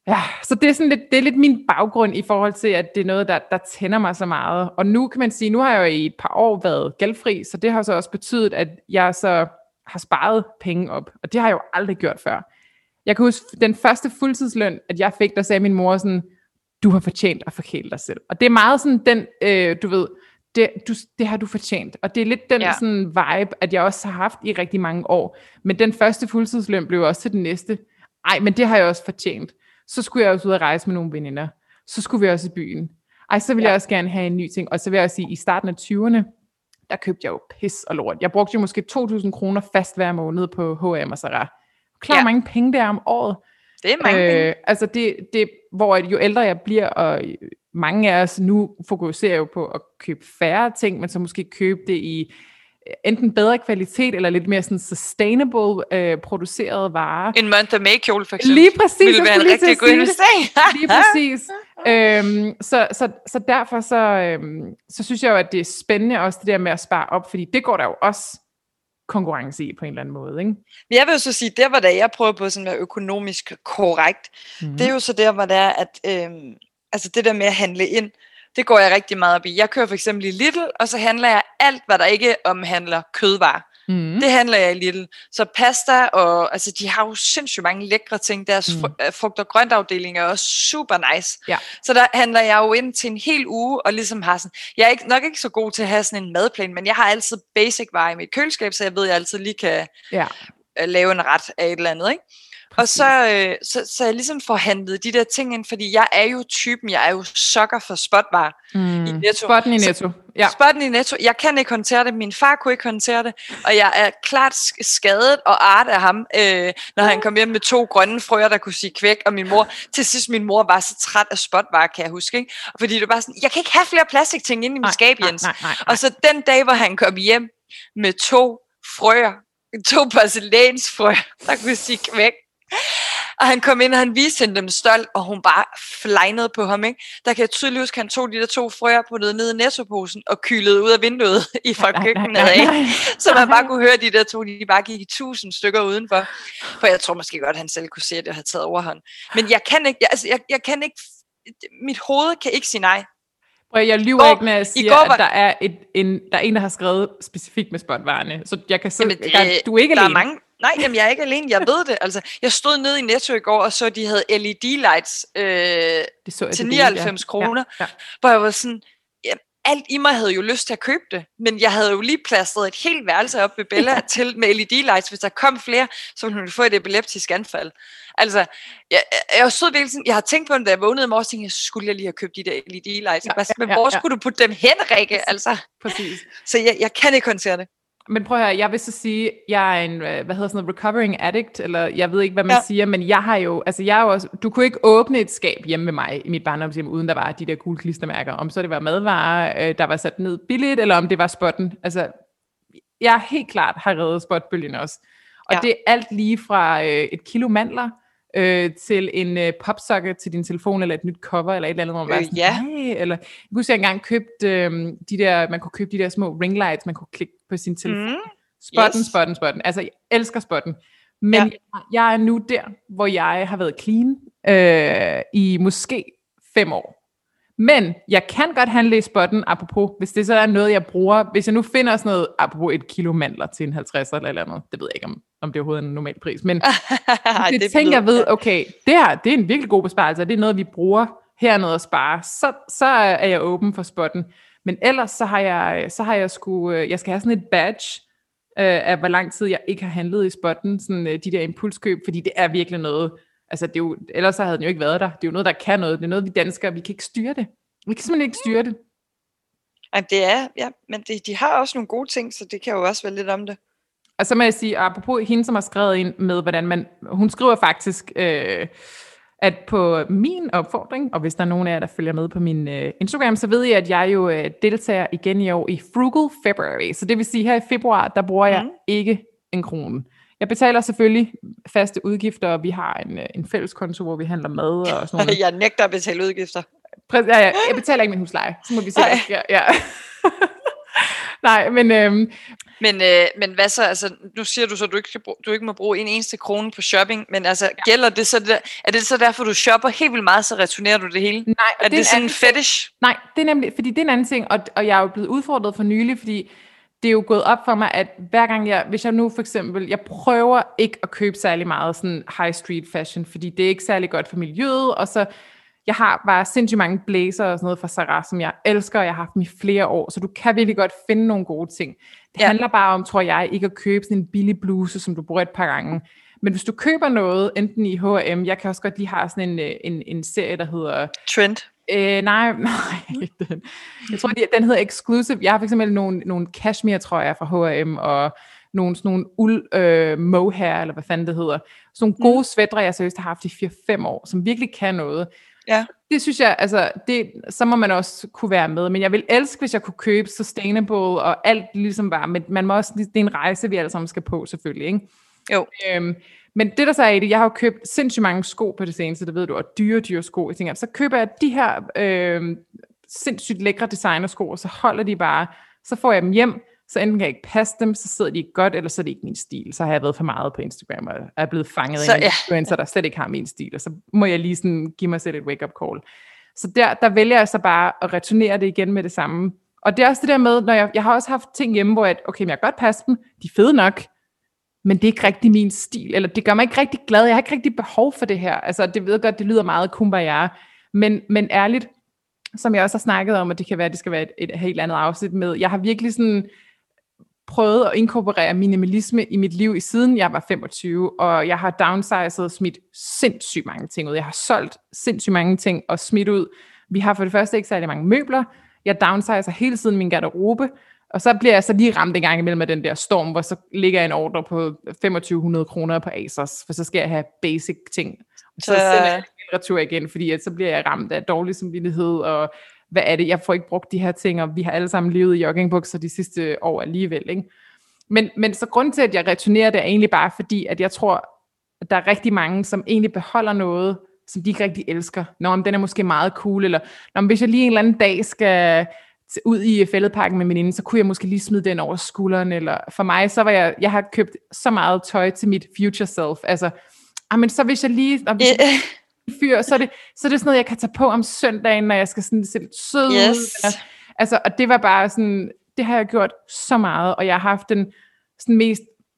Speaker 2: Ja, så det er sådan lidt, det er lidt min baggrund i forhold til, at det er noget, der, der tænder mig så meget. Og nu kan man sige, nu har jeg jo i et par år været gældfri, så det har så også betydet, at jeg så har sparet penge op. Og det har jeg jo aldrig gjort før. Jeg kan huske, den første fuldtidsløn, at jeg fik, der sagde min mor sådan, du har fortjent at forkæle dig selv. Og det er meget sådan den, øh, du ved, det, du, det har du fortjent. Og det er lidt den ja. sådan vibe, at jeg også har haft i rigtig mange år. Men den første fuldtidsløn blev også til den næste. Ej, men det har jeg også fortjent. Så skulle jeg også ud og rejse med nogle veninder. Så skulle vi også i byen. Ej, så ville ja. jeg også gerne have en ny ting. Og så vil jeg også sige, i starten af tyverne, der købte jeg jo pis og lort. Jeg brugte jo måske to tusind kroner fast hver måned på H og M og Zara. Klar ja. mange penge der om året.
Speaker 1: Det er mange øh, penge.
Speaker 2: Altså det, det, hvor jo ældre jeg bliver, og mange af os nu fokuserer jo på at købe færre ting, men så måske købe det i enten bedre kvalitet, eller lidt mere sådan sustainable øh, produceret varer.
Speaker 1: En Monta May kjole for eksempel.
Speaker 2: Lige præcis.
Speaker 1: Ville være en rigtig god investering.
Speaker 2: Lige præcis. øhm, så, så, så derfor så, øhm, så synes jeg jo, at det er spændende også det der med at spare op, fordi det går der jo også konkurrence i på en eller anden måde, ikke?
Speaker 1: Men jeg vil jo så sige, der hvor der jeg prøver på sådan at være økonomisk korrekt, mm-hmm. det er jo så der, hvor det er, at øhm, altså det der med at handle ind, det går jeg rigtig meget op i. Jeg kører for eksempel i Lidl, og så handler jeg alt, hvad der ikke omhandler kødvarer. Mm. Det handler jeg i Lidl. Så pasta, og altså de har jo sindssygt mange lækre ting. Deres mm. frugt- og grøntafdeling er også super nice. Ja. Så der handler jeg jo ind til en hel uge, og ligesom har sådan, jeg er ikke, nok ikke så god til at have sådan en madplan, men jeg har altid basic varer i mit køleskab, så jeg ved, at jeg altid lige kan ja. lave en ret af et eller andet, ikke? Og så, øh, så, så jeg ligesom får handlet de der ting ind, fordi jeg er jo typen, jeg er jo sokker for spotvarer mm. i Netto.
Speaker 2: Spotten i Netto.
Speaker 1: Ja. Spotten i Netto. Jeg kan ikke håndtere det, min far kunne ikke håndtere det, og jeg er klart skadet og art af ham, øh, når han kom hjem med to grønne frøer, der kunne sige kvæk, og min mor, til sidst min mor var så træt af spotvarer, kan jeg huske, ikke? Fordi det var sådan, jeg kan ikke have flere plastikting inde i mit skab, Jens. Nej, nej, nej, nej. Og så den dag, hvor han kom hjem med to frøer, to porcelænsfrøer, der kunne sige kvæk, og han kom ind, og han viste hende dem stolt, og hun bare flejnede på ham, ikke? Der kan jeg tydeligt huske, at han tog de der to frøer på ned, ned i Netto-posen, og kylede ud af vinduet i fra køkkenet af, så man bare kunne høre, de der to, de bare gik i tusind stykker udenfor. For jeg tror måske godt, at han selv kunne se, at det havde taget overhånd. Men jeg kan ikke, jeg, altså, jeg, jeg kan ikke, mit hoved kan ikke sige nej.
Speaker 2: Jeg lyver ikke, når jeg siger, var... at der er, et, en, der er en, der har skrevet specifikt med spotvarerne. Så jeg kan se,
Speaker 1: det, der, du er ikke der alene. Er mange, nej, jamen, jeg er ikke alene, jeg ved det. Altså, jeg stod nede i Netto i går, og så de havde L E D-lights øh, det så til nioghalvfems ja. kroner. Ja, ja. Hvor jeg var sådan, jamen, alt i mig havde jo lyst til at købe det, men jeg havde jo lige plastret et helt værelse op ved Bella til med L E D-lights. Hvis der kom flere, så ville hun få et epileptisk anfald. Altså, jeg, jeg, stod virkelig sådan, jeg har tænkt på det, da jeg vågnede i morges, tænkte jeg, skulle jeg lige have købt de der L E D-lights? Ja, ja, men hvor ja, ja. skulle du putte dem hen, Rikke? Altså,
Speaker 2: præcis.
Speaker 1: Så jeg, jeg kan ikke håndtere det.
Speaker 2: Men prøv at høre, jeg vil så sige, jeg er en, hvad hedder sådan noget, recovering addict, eller jeg ved ikke, hvad man ja. siger, men jeg har jo, altså jeg er jo også, du kunne ikke åbne et skab hjemme med mig i mit barndomshjem, uden der var de der gule klistermærker, om så det var madvarer, øh, der var sat ned billigt, eller om det var spotten. Altså, jeg helt klart har reddet spotbølgen også. Og ja. det er alt lige fra øh, et kilo mandler, Øh, til en øh, popsocket til din telefon, eller et nyt cover, eller et eller andet, hvor man øh, var sådan, ja. eller jeg husker, jeg engang købte øh, de der, man kunne købe de der små ringlights, man kunne klikke på sin telefon. Mm. Spotten, yes. spotten, spotten. Altså, jeg elsker spotten. Men ja. jeg, jeg er nu der, hvor jeg har været clean øh, i måske fem år. Men jeg kan godt handle i spotten, apropos, hvis det så er noget, jeg bruger. Hvis jeg nu finder sådan noget, apropos et kilo mandler til en halvtredser eller eller andet, det ved jeg ikke, om, om det er overhovedet en normal pris. Men det, det tænker jeg ved, okay, det her, det er en virkelig god besparelse, det er noget, vi bruger hernede at spare. Så, så er jeg åben for spotten. Men ellers så har jeg, så har jeg sgu, jeg skal have sådan et badge øh, af, hvor lang tid jeg ikke har handlet i spotten, sådan øh, de der impulskøb, fordi det er virkelig noget. Altså, det er jo, ellers så havde den jo ikke været der. Det er jo noget, der kan noget. Det er noget, vi danskere, vi kan ikke styre det. Vi kan simpelthen ikke styre det.
Speaker 1: Ej, det er, ja, men de, de har også nogle gode ting, så det kan jo også være lidt om det.
Speaker 2: Og så må jeg sige, apropos hende, som har skrevet ind med, hvordan man, hun skriver faktisk, øh, at på min opfordring, og hvis der er nogen af jer, der følger med på min øh, Instagram, så ved jeg, at jeg jo øh, deltager igen i år i Frugal February. Så det vil sige, her i februar, der bruger jeg mm. ikke en krone. Jeg betaler selvfølgelig faste udgifter, og vi har en, en fælles konto, hvor vi handler mad og sådan noget.
Speaker 1: Jeg nægter at betale udgifter.
Speaker 2: Præcis, ja, ja, jeg betaler ikke min husleje. Så må vi se, hvad der sker. Ja. Nej, men, øhm,
Speaker 1: Men, øh, men hvad så, altså, nu siger du så, at du ikke, du ikke må bruge en eneste krone på shopping, men altså, ja. gælder det så, der, er det så derfor, du shopper helt vildt meget, så returnerer du det hele?
Speaker 2: Nej,
Speaker 1: er det, det sådan en fetish?
Speaker 2: Nej, det er nemlig, fordi det er en anden ting, og, og jeg er jo blevet udfordret for nylig, fordi det er jo gået op for mig, at hver gang jeg, hvis jeg nu for eksempel, jeg prøver ikke at købe særlig meget sådan high street fashion, fordi det er ikke særlig godt for miljøet, og så, jeg har bare sindssygt mange blazer og sådan noget fra Zara, som jeg elsker, og jeg har haft dem i flere år, så du kan virkelig godt finde nogle gode ting. Det ja. handler bare om, tror jeg, ikke at købe sådan en billig bluse, som du bruger et par gange. Men hvis du køber noget, enten i H og M, jeg kan også godt lige have sådan en, en, en serie, der hedder...
Speaker 1: Trend?
Speaker 2: Øh, nej, nej. Den. Jeg tror, den hedder Exclusive. Jeg har for eksempel nogle, nogle cashmere, tror jeg, fra H og M, og nogle, sådan nogle uld øh, mohair, eller hvad fanden det hedder. Sådan nogle gode mm. sweatre, jeg seriøst har haft i fire fem år, som virkelig kan noget.
Speaker 1: Ja.
Speaker 2: Det synes jeg, altså, det, så må man også kunne være med. Men jeg vil elske, hvis jeg kunne købe sustainable, og alt ligesom bare, men man må også, det er en rejse, vi alle sammen skal på, selvfølgelig, ikke?
Speaker 1: Jo.
Speaker 2: Øhm, men det der så er i det, jeg har jo købt sindssygt mange sko på det seneste, det ved du, og dyre, dyre sko. Jeg tænker, så køber jeg de her øh, sindssygt lækre designersko, og så holder de bare, så får jeg dem hjem, så enten kan jeg ikke passe dem, så sidder de ikke godt, eller så er det ikke min stil. Så har jeg været for meget på Instagram, og er blevet fanget så, af en influencer, der slet ikke har min stil, og så må jeg lige sådan give mig selv et wake-up call. Så der, der vælger jeg så bare at returnere det igen med det samme. Og det er også det der med, når jeg, jeg har også haft ting hjemme, hvor jeg, okay, men jeg kan godt passe dem, de er fede nok, men det er ikke rigtig min stil, eller det gør mig ikke rigtig glad, jeg har ikke rigtig behov for det her. Altså, det ved godt, det lyder meget kumbaya, men, men ærligt, som jeg også har snakket om, og det kan være, at det skal være et, et helt andet afsnit med, jeg har virkelig sådan prøvet at inkorporere minimalisme i mit liv i siden jeg var femogtyve, og jeg har downsized og smidt sindssygt mange ting ud. Jeg har solgt sindssygt mange ting og smidt ud. Vi har for det første ikke særlig mange møbler. Jeg downsizer hele tiden min garderobe, og så bliver jeg så lige ramt en gang imellem med den der storm, hvor så ligger jeg en ordre på femogtyve hundrede kroner på ASOS, for så skal jeg have basic ting. Og så sender jeg en retur igen, fordi at så bliver jeg ramt af dårlig samvittighed, og hvad er det, jeg får ikke brugt de her ting, og vi har alle sammen levet i joggingbukser de sidste år alligevel, ikke? Men, men så grunden til, at jeg returnerer det, er egentlig bare fordi, at jeg tror, at der er rigtig mange, som egentlig beholder noget, som de ikke rigtig elsker. Nå, men den er måske meget cool, eller nå, men hvis jeg lige en eller anden dag skal ud i fældeparken med min veninde, så kunne jeg måske lige smide den over skulderen, eller for mig, så var jeg, jeg har købt så meget tøj til mit future self, altså, ah, men så hvis jeg lige, og hvis jeg, fyr, så er, det, så er det sådan noget, jeg kan tage på om søndagen, når jeg skal sådan se lidt sød ud.
Speaker 1: Yes.
Speaker 2: Altså, og det var bare sådan, det har jeg gjort så meget, og jeg har haft den sådan mest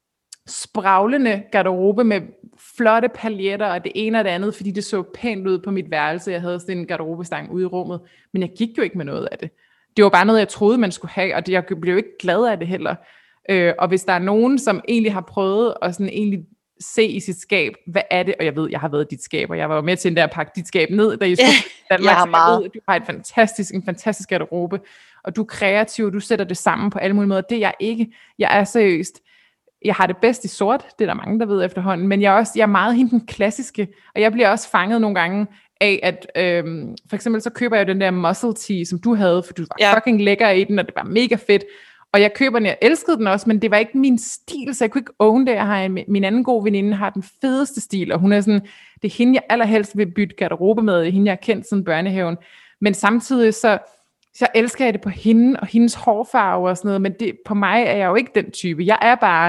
Speaker 2: spraglende garderobe med flotte paljetter og det ene og det andet, fordi det så pænt ud på mit værelse. Jeg havde sådan en garderobestang ude i rummet, men jeg gik jo ikke med noget af det. Det var bare noget, jeg troede, man skulle have, og det, jeg blev jo ikke glad af det heller. Øh, og hvis der er nogen, som egentlig har prøvet at sådan egentlig se i sit skab, hvad er det, og jeg ved, jeg har været i dit skab, og jeg var jo med til den der pakke dit skab ned, da I skulle i Danmark,
Speaker 1: jeg har meget.
Speaker 2: Jeg ved, du har et fantastisk, en fantastisk garderobe, og du er kreativ, og du sætter det sammen på alle mulige måder. Det er jeg ikke. Jeg er seriøst. Jeg har det bedst i sort, det er der mange, der ved efterhånden, men jeg er, også, jeg er meget hende den klassiske, og jeg bliver også fanget nogle gange af, at øhm, for eksempel så køber jeg den der muscle tee, som du havde, for du var ja. fucking lækker i den, og det var mega fedt, og jeg køber den, jeg elskede den også, men det var ikke min stil, så jeg kunne ikke own det. Jeg har en, min anden gode veninde har den fedeste stil, og hun er sådan, det er hende, jeg allerhelst vil bytte garderobe med, det er hende, jeg har kendt siden børnehaven, men samtidig så, så elsker jeg det på hende, og hendes hårfarve og sådan noget, men det, på mig er jeg jo ikke den type. Jeg er bare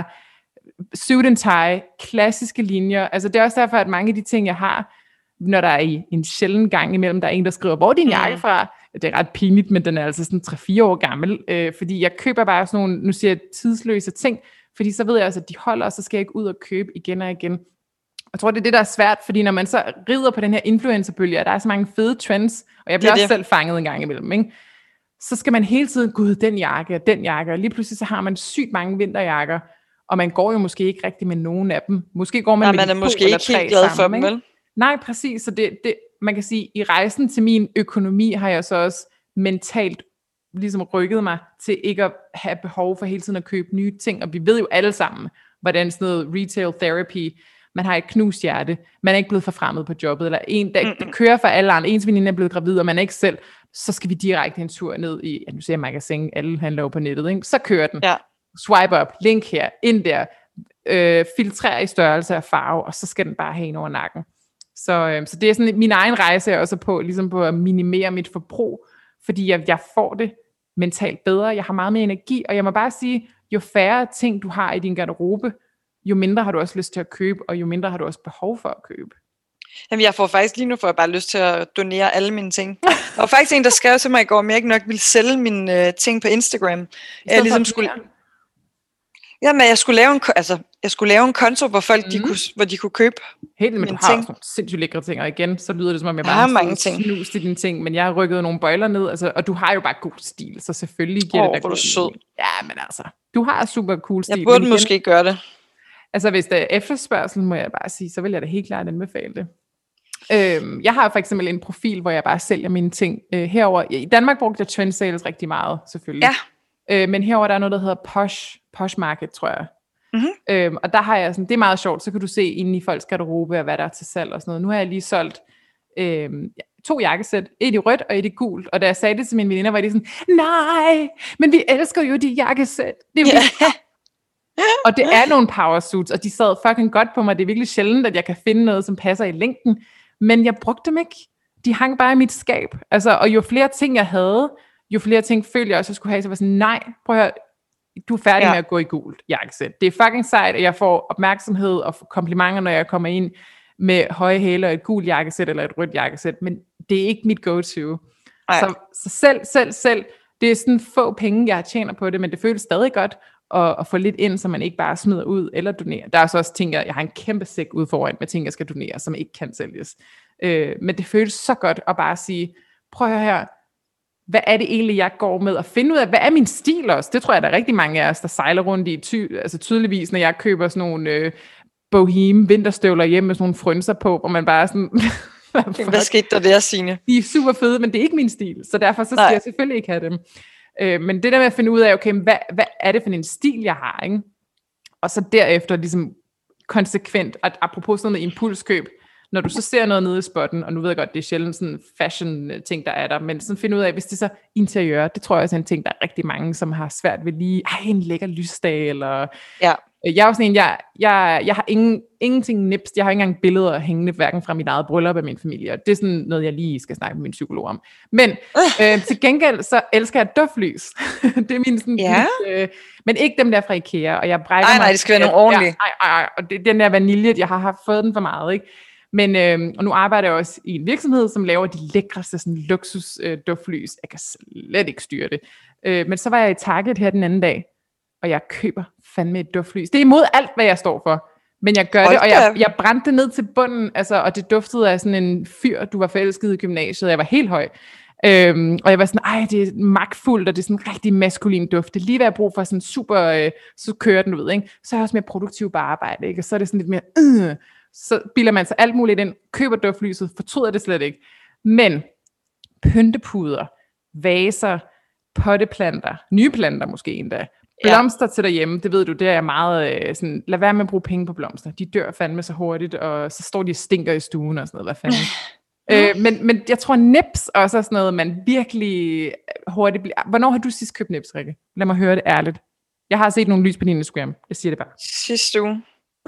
Speaker 2: suit and tie, klassiske linjer, altså det er også derfor, at mange af de ting, jeg har, når der er i en sjælden gang imellem, der er en, der skriver, hvor er din jakke fra? Det er ret pinligt, men den er altså sådan tre fire år gammel, øh, fordi jeg køber bare sådan nogle, nu siger jeg, tidsløse ting, fordi så ved jeg også, at de holder, og så skal jeg ikke ud og købe igen og igen. Jeg tror, det er det, der er svært, fordi når man så rider på den her influencerbølge, og der er så mange fede trends, og jeg bliver også det. selv fanget en gang imellem, ikke? Så skal man hele tiden, gud, den jakke og den jakke, og lige pludselig så har man sygt mange vinterjakker, og man går jo måske ikke rigtig med nogen af dem. Måske går man
Speaker 1: Nej,
Speaker 2: med
Speaker 1: man er
Speaker 2: de
Speaker 1: måske
Speaker 2: to eller
Speaker 1: ikke
Speaker 2: tre
Speaker 1: helt glad
Speaker 2: sammen,
Speaker 1: for dem, vel?
Speaker 2: Nej, præcis. Så det, det, man kan sige, i rejsen til min økonomi har jeg så også mentalt ligesom rykket mig til ikke at have behov for hele tiden at købe nye ting. Og vi ved jo alle sammen, hvordan sådan noget retail therapy, man har et knust hjerte, man er ikke blevet forfremmet på jobbet, eller en, der, der kører for alle andre, ens veninde er blevet gravid, og man er ikke selv, så skal vi direkte en tur ned i, ja, nu ser jeg magasin, alle handler jo på nettet, ikke? Så kører den.
Speaker 1: Ja.
Speaker 2: Swipe up, link her, ind der, øh, filtrer i størrelse og farve, og så skal den bare have en over nakken. Så, øh, så det er sådan min egen rejse, jeg også på, ligesom på at minimere mit forbrug, fordi jeg, jeg får det mentalt bedre, jeg har meget mere energi, og jeg må bare sige, jo færre ting du har i din garderobe, jo mindre har du også lyst til at købe, og jo mindre har du også behov for at købe.
Speaker 1: Jamen, jeg får faktisk lige nu får jeg bare lyst til at donere alle mine ting. Der var faktisk en, der skrev til mig i går, om jeg ikke nok ville sælge mine øh, ting på Instagram. Jeg ligesom skulle... Jamen, jeg skulle lave en, altså, jeg skulle lave en konto, hvor folk mm. de kunne, hvor de kunne købe
Speaker 2: helt, men du har ting. Også nogle sindssygt lækre ting, og igen, så lyder det som om, jeg bare har
Speaker 1: mange ting.
Speaker 2: Snus i dine ting, men jeg har rykket nogle bøjler ned, altså, og du har jo bare god stil, så selvfølgelig giver
Speaker 1: oh,
Speaker 2: det da
Speaker 1: god sød.
Speaker 2: Ja, men altså, du har super cool stil.
Speaker 1: Jeg burde igen, måske gøre det.
Speaker 2: Altså, hvis der er efterspørgsel, må jeg bare sige, så vil jeg da helt klart anbefale det. Øhm, jeg har for eksempel en profil, hvor jeg bare sælger mine ting øh, herover. I Danmark brugte jeg trend sales rigtig meget, selvfølgelig.
Speaker 1: Ja.
Speaker 2: Øh, men herover der er noget, der hedder Posh, Posh Market, tror jeg.
Speaker 1: Mm-hmm.
Speaker 2: Øhm, og der har jeg sådan, det er meget sjovt, så kan du se inde i folks garderobe, og hvad der er til salg og sådan noget. Nu har jeg lige solgt øhm, to jakkesæt, et i rødt og et i gult. Og da jeg sagde det til mine veninder, var de sådan, nej, men vi elsker jo de jakkesæt. Det er yeah. Og det er nogle powersuits, og de sad fucking godt på mig. Det er virkelig sjældent, at jeg kan finde noget, som passer i længden. Men jeg brugte dem ikke. De hang bare i mit skab. Altså, og jo flere ting jeg havde, jo flere ting følte jeg også, jeg skulle have. Så jeg var sådan, nej, prøv at høre, du er færdig ja. med at gå i gult jakkesæt. Det er fucking sejt, at jeg får opmærksomhed og komplimenter, når jeg kommer ind med høje hæle og et gult jakkesæt eller et rødt jakkesæt. Men det er ikke mit go-to. Så, så selv, selv, selv, det er sådan få penge, jeg tjener på det, men det føles stadig godt at, at få lidt ind, så man ikke bare smider ud eller donerer. Der er så også ting, jeg, jeg har en kæmpe sæk ude foran med ting, jeg skal donere, som ikke kan sælges. Øh, men det føles så godt at bare sige, prøv at høre her, hvad er det egentlig, jeg går med, og finde ud af, hvad er min stil også? Det tror jeg, der er rigtig mange af os, der sejler rundt i, ty- altså tydeligvis, når jeg køber sådan nogle øh, boheme vinterstøvler hjem med sådan nogle frynser på, hvor man bare er sådan...
Speaker 1: Hvad skete der der, Signe?
Speaker 2: De er super fede, men det er ikke min stil, så derfor så skal Nej. jeg selvfølgelig ikke have dem. Øh, men det der med at finde ud af, okay, hvad, hvad er det for en stil, jeg har, ikke? Og så derefter ligesom konsekvent, at apropos sådan noget impulskøb, når du så ser noget nede i spotten, og nu ved jeg godt, det er sjældent sådan fashion ting, der er der, men sådan finde ud af, hvis det er så interiør, det tror jeg også er en ting, der er rigtig mange, som har svært ved lige, ej, en lækker lysdag, eller...
Speaker 1: Ja.
Speaker 2: Jeg er også sådan en, jeg, jeg, jeg har ingen, ingenting nipst, jeg har ikke engang billeder hængende, hverken fra mit eget bryllup af min familie, og det er sådan noget, jeg lige skal snakke med min psykolog om. Men øh, til gengæld, så elsker jeg duftlys. Det er min sådan,
Speaker 1: ja.
Speaker 2: mit, øh, men ikke dem der fra IKEA, og jeg brækker
Speaker 1: mig. Nej, nej, det skal være nogle ordentlige.
Speaker 2: Ja, ej, ej, ej, og det, den der vanilje, jeg har haft fået den for meget, ikke? Men, øh, og nu arbejder jeg også i en virksomhed, som laver de lækreste sådan, luksus øh, duftlys. Jeg kan slet ikke styre det. Øh, men så var jeg i Target her den anden dag, og jeg køber fandme et duftlys. Det er imod alt, hvad jeg står for. Men jeg gør Hold det, og jeg, jeg brændte det ned til bunden, altså, og det duftede af sådan en fyr, du var forelsket i gymnasiet. Jeg var helt høj. Øhm, og jeg var sådan, ej, det er magtfuldt, og det er sådan en rigtig maskulin duft. Det er lige hvad jeg bruger for sådan super, øh, så kører den ud, ikke? Så er jeg også mere produktiv på arbejde, ikke? Og så er det sådan lidt mere, øh, så bilder man sig alt muligt ind, køber duftlyset, fortryder det slet ikke. Men pyntepuder, vaser, potteplanter, nye planter måske endda, blomster ja. til derhjemme, det ved du, det er meget øh, sådan, lad være med at bruge penge på blomster. De dør fandme så hurtigt, og så står de og stinker i stuen og sådan noget, hvad fanden. øh, men, men jeg tror, nips også er sådan noget, man virkelig hurtigt bliver... Hvornår har du sidst købt nips, Rikke? Lad mig høre det ærligt. Jeg har set nogle lys på din Instagram. Jeg siger det bare.
Speaker 1: Sidste uge.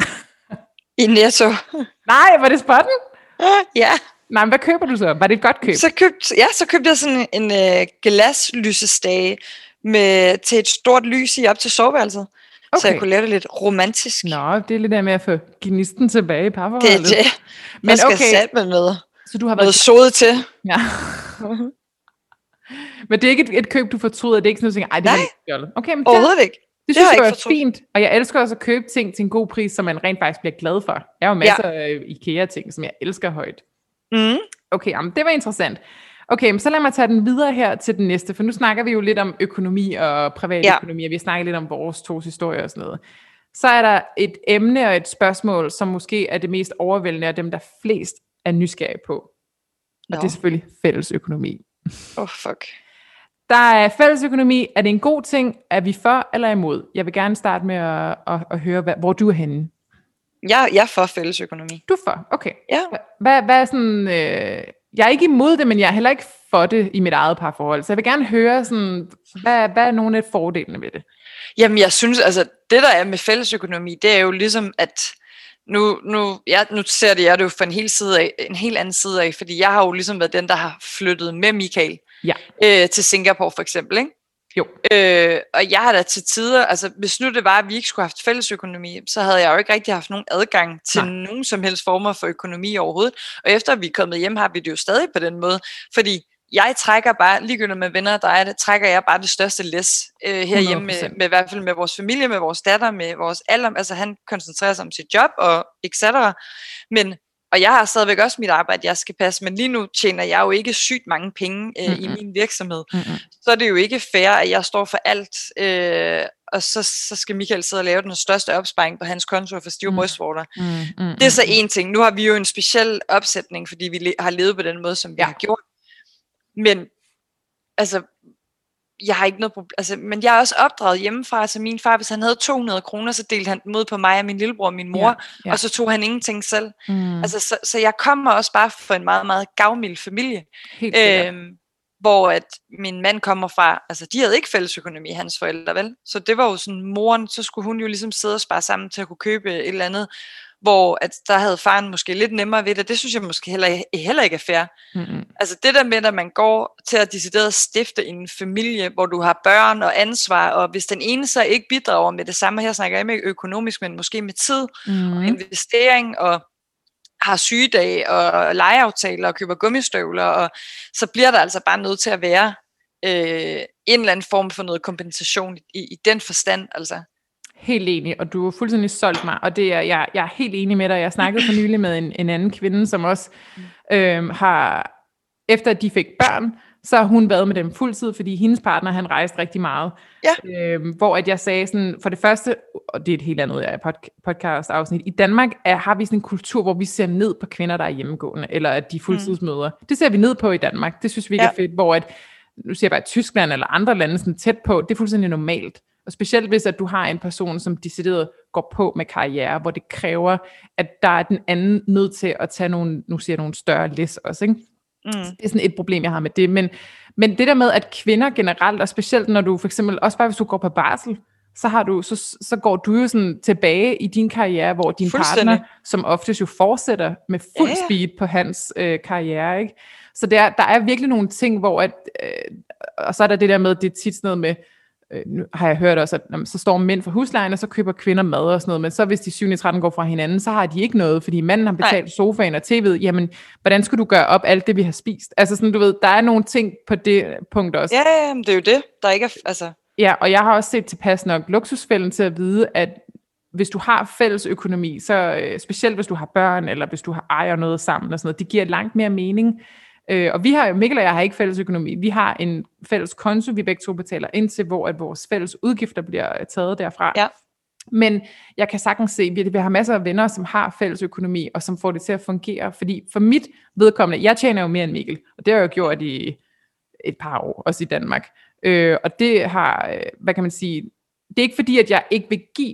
Speaker 1: I Netto.
Speaker 2: Nej, var det spotten?
Speaker 1: Ja.
Speaker 2: Nej, men hvad køber du så? Var det et godt køb?
Speaker 1: Så købte, ja, så købte jeg sådan en uh, glaslysestage med, til et stort lys i op til soveværelset. Okay. Så jeg kunne lave det lidt romantisk.
Speaker 2: Nå, det er lidt der med at få gnisten tilbage i parforholdet.
Speaker 1: Det er det. Men skal okay. Sætte med med. Så du har været sode til.
Speaker 2: Ja. Men det er ikke et, et køb, du fortryder. Det er ikke sådan noget, ej, det er ikke okay, men
Speaker 1: overhovedet det, ikke.
Speaker 2: Det, det synes jeg er fint, og jeg elsker også at købe ting til en god pris, som man rent faktisk bliver glad for. Jeg har jo masser ja. af IKEA-ting, som jeg elsker højt.
Speaker 1: Mm.
Speaker 2: Okay, jamen, det var interessant. Okay, men så lad mig tage den videre her til den næste, for nu snakker vi jo lidt om økonomi og privatøkonomi, ja. og vi snakker lidt om vores tos historie og sådan noget. Så er der et emne og et spørgsmål, som måske er det mest overvældende, og dem der flest er nysgerrige på. Og no. det er selvfølgelig fællesøkonomi.
Speaker 1: Oh fuck.
Speaker 2: Der er fællesøkonomi. Er det en god ting? Er vi for eller imod? Jeg vil gerne starte med at, at, at høre, hvad, hvor du er henne.
Speaker 1: Jeg, jeg er for fællesøkonomi.
Speaker 2: Du er for? Okay.
Speaker 1: Ja.
Speaker 2: Hvad, hvad er sådan... Øh, jeg er ikke imod det, men jeg er heller ikke for det i mit eget parforhold. Så jeg vil gerne høre, sådan, hvad, hvad er nogle af fordelene ved det?
Speaker 1: Jamen, jeg synes, altså, det der er med fællesøkonomi, det er jo ligesom, at nu, nu, ja, nu ser det jeg det jo fra en hel, side af, en helt anden side af, fordi jeg har jo ligesom været den, der har flyttet med Michael
Speaker 2: ja.
Speaker 1: øh, til Singapore for eksempel, ikke?
Speaker 2: Jo.
Speaker 1: Øh, og jeg har da til tider, altså hvis nu det var, at vi ikke skulle have haft fælles økonomi, så havde jeg jo ikke rigtig haft nogen adgang til Nej. nogen som helst former for økonomi overhovedet. Og efter vi er kommet hjem, har vi det jo stadig på den måde, fordi jeg trækker bare, ligegyldigt med venner, der er det, trækker jeg bare det største læs øh, herhjemme, med, med, i hvert fald med vores familie, med vores datter, med vores alder, altså han koncentrerer sig om sit job, og et cetera. Men Og jeg har stadigvæk også mit arbejde, jeg skal passe, men lige nu tjener jeg jo ikke sygt mange penge øh, mm-hmm. i min virksomhed. Mm-hmm. Så er det jo ikke fair, at jeg står for alt, øh, og så, så skal Michael sidde og lave den største opsparing på hans konto for stive mm-hmm. brystvorter. Mm-hmm. Det er så en ting. Nu har vi jo en speciel opsætning, fordi vi le- har levet på den måde, som vi ja. har gjort. Men altså, jeg har ikke noget problem. Altså, men jeg er også opdraget hjemmefra, altså min far, hvis han havde to hundrede kroner, så delte han dem ud på mig og min lillebror og min mor, ja, ja. og så tog han ingenting selv. Mm. Altså, så, så jeg kommer også bare fra en meget, meget gavmild familie, øhm, hvor at min mand kommer fra, altså de havde ikke fælles økonomi, hans forældre, vel? Så det var jo sådan, moren, så skulle hun jo ligesom sidde og spare sammen til at kunne købe et eller andet, hvor at der havde faren måske lidt nemmere ved det. Det synes jeg måske heller, heller ikke er fair. Mm-hmm. Altså det der med, at man går til at decideret stifte en familie, hvor du har børn og ansvar, og hvis den ene så ikke bidrager med det samme, her snakker jeg ikke økonomisk, men måske med tid mm-hmm. og investering, og har sygedage og legeaftaler og køber gummistøvler, og så bliver der altså bare nødt til at være øh, en eller anden form for noget kompensation i, i den forstand, altså.
Speaker 2: Helt enig, og du har fuldstændig solgt mig, og det er, jeg, jeg er helt enig med dig. Jeg snakkede for nylig med en, en anden kvinde, som også øhm, har, efter at de fik børn, så har hun været med dem fuldtid, fordi hendes partner, han rejste rigtig meget. Ja. Øhm, hvor at jeg sagde sådan, for det første, og det er et helt andet ja, pod- podcast-afsnit, i Danmark er, har vi sådan en kultur, hvor vi ser ned på kvinder, der er hjemmegående, eller at de er fuldtidsmødre. Mm. Det ser vi ned på i Danmark, det synes vi ikke ja. er fedt, hvor at, nu siger jeg bare Tyskland eller andre lande sådan tæt på, det er fuldstændig normalt. Og specielt hvis at du har en person, som decideret går på med karriere, hvor det kræver, at der er den anden nødt til at tage nogle, nu siger jeg, nogle større læs også, ikke? Mm. Det er sådan et problem, jeg har med det. Men, men det der med, at kvinder generelt, og specielt når du for eksempel, også bare hvis du går på barsel, så, har du, så, så går du jo sådan tilbage i din karriere, hvor din partner, som oftest jo fortsætter med fuld ja, ja. speed på hans øh, karriere, ikke? Så der, der er virkelig nogle ting, hvor at, øh, og så er der det der med, det er tit sådan noget med, Øh, nu har jeg hørt også, at jamen, så står mænd for huslejen, og så køber kvinder mad og sådan noget, men så hvis de syv tretten går fra hinanden, så har de ikke noget, fordi manden har betalt Nej. sofaen og tv'et, jamen, hvordan skulle du gøre op alt det, vi har spist? Altså sådan, du ved, der er nogle ting på det punkt også.
Speaker 1: Ja, ja, det er jo det, der ikke er, altså.
Speaker 2: Ja, og jeg har også set tilpas nok Luksusfælden til at vide, at hvis du har fælles økonomi, så øh, specielt hvis du har børn, eller hvis du har ejer noget sammen og sådan noget, det giver langt mere mening. Øh, og vi har, Mikkel og jeg har ikke fælles økonomi. Vi har en fælles konto, vi begge to betaler ind til, hvor at vores fælles udgifter bliver taget derfra. Ja. Men jeg kan sagtens se, at vi har masser af venner, som har fælles økonomi, og som får det til at fungere. Fordi for mit vedkommende, jeg tjener jo mere end Mikkel, og det har jeg jo gjort i et par år, også i Danmark. Øh, og det har, hvad kan man sige, det er ikke fordi, at jeg ikke vil give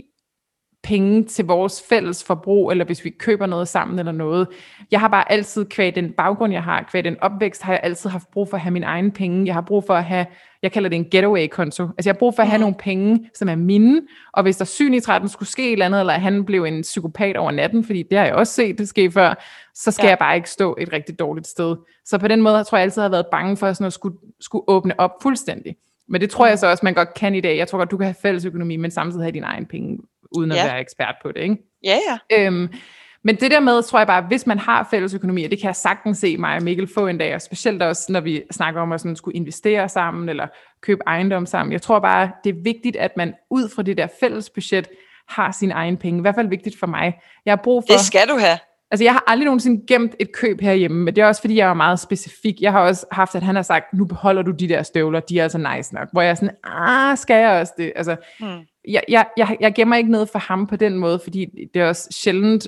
Speaker 2: penge til vores fælles forbrug, eller hvis vi køber noget sammen eller noget. Jeg har bare altid, kvæg den baggrund, jeg har, kvæg den opvækst, har jeg altid haft brug for at have mine egne penge. Jeg har brug for at have, jeg kalder det en getaway-konto. Altså jeg har brug for at have mm. nogle penge, som er mine, og hvis der syv tretten skulle ske et eller andet, eller han blev en psykopat over natten, fordi det har jeg også set, det ske før, så skal ja. jeg bare ikke stå et rigtig dårligt sted. Så på den måde tror jeg altid, jeg har været bange for sådan at skulle, skulle åbne op fuldstændig. Men det tror jeg så også, man godt kan i dag. Jeg tror godt, du kan have fælles økonomi, men samtidig have dine egne penge, uden at ja. være ekspert på det, ikke?
Speaker 1: Ja, ja.
Speaker 2: Øhm, men det der med, tror jeg bare, hvis man har fælles økonomi, og det kan jeg sagtens se mig og Mikkel få en dag, og specielt også, når vi snakker om at sådan, skulle investere sammen, eller købe ejendom sammen. Jeg tror bare, det er vigtigt, at man ud fra det der fælles budget, har sine egne penge. I hvert fald vigtigt for mig. Jeg har brug for...
Speaker 1: Det skal du have.
Speaker 2: Altså, jeg har aldrig nogensinde gemt et køb herhjemme, men det er også, fordi jeg er meget specifik. Jeg har også haft, at han har sagt, nu beholder du de der støvler, de er altså nice nok. Hvor jeg er sådan, ah, skal jeg også det? Altså, hmm. jeg, jeg, jeg, jeg gemmer ikke noget for ham på den måde, fordi det er også sjældent,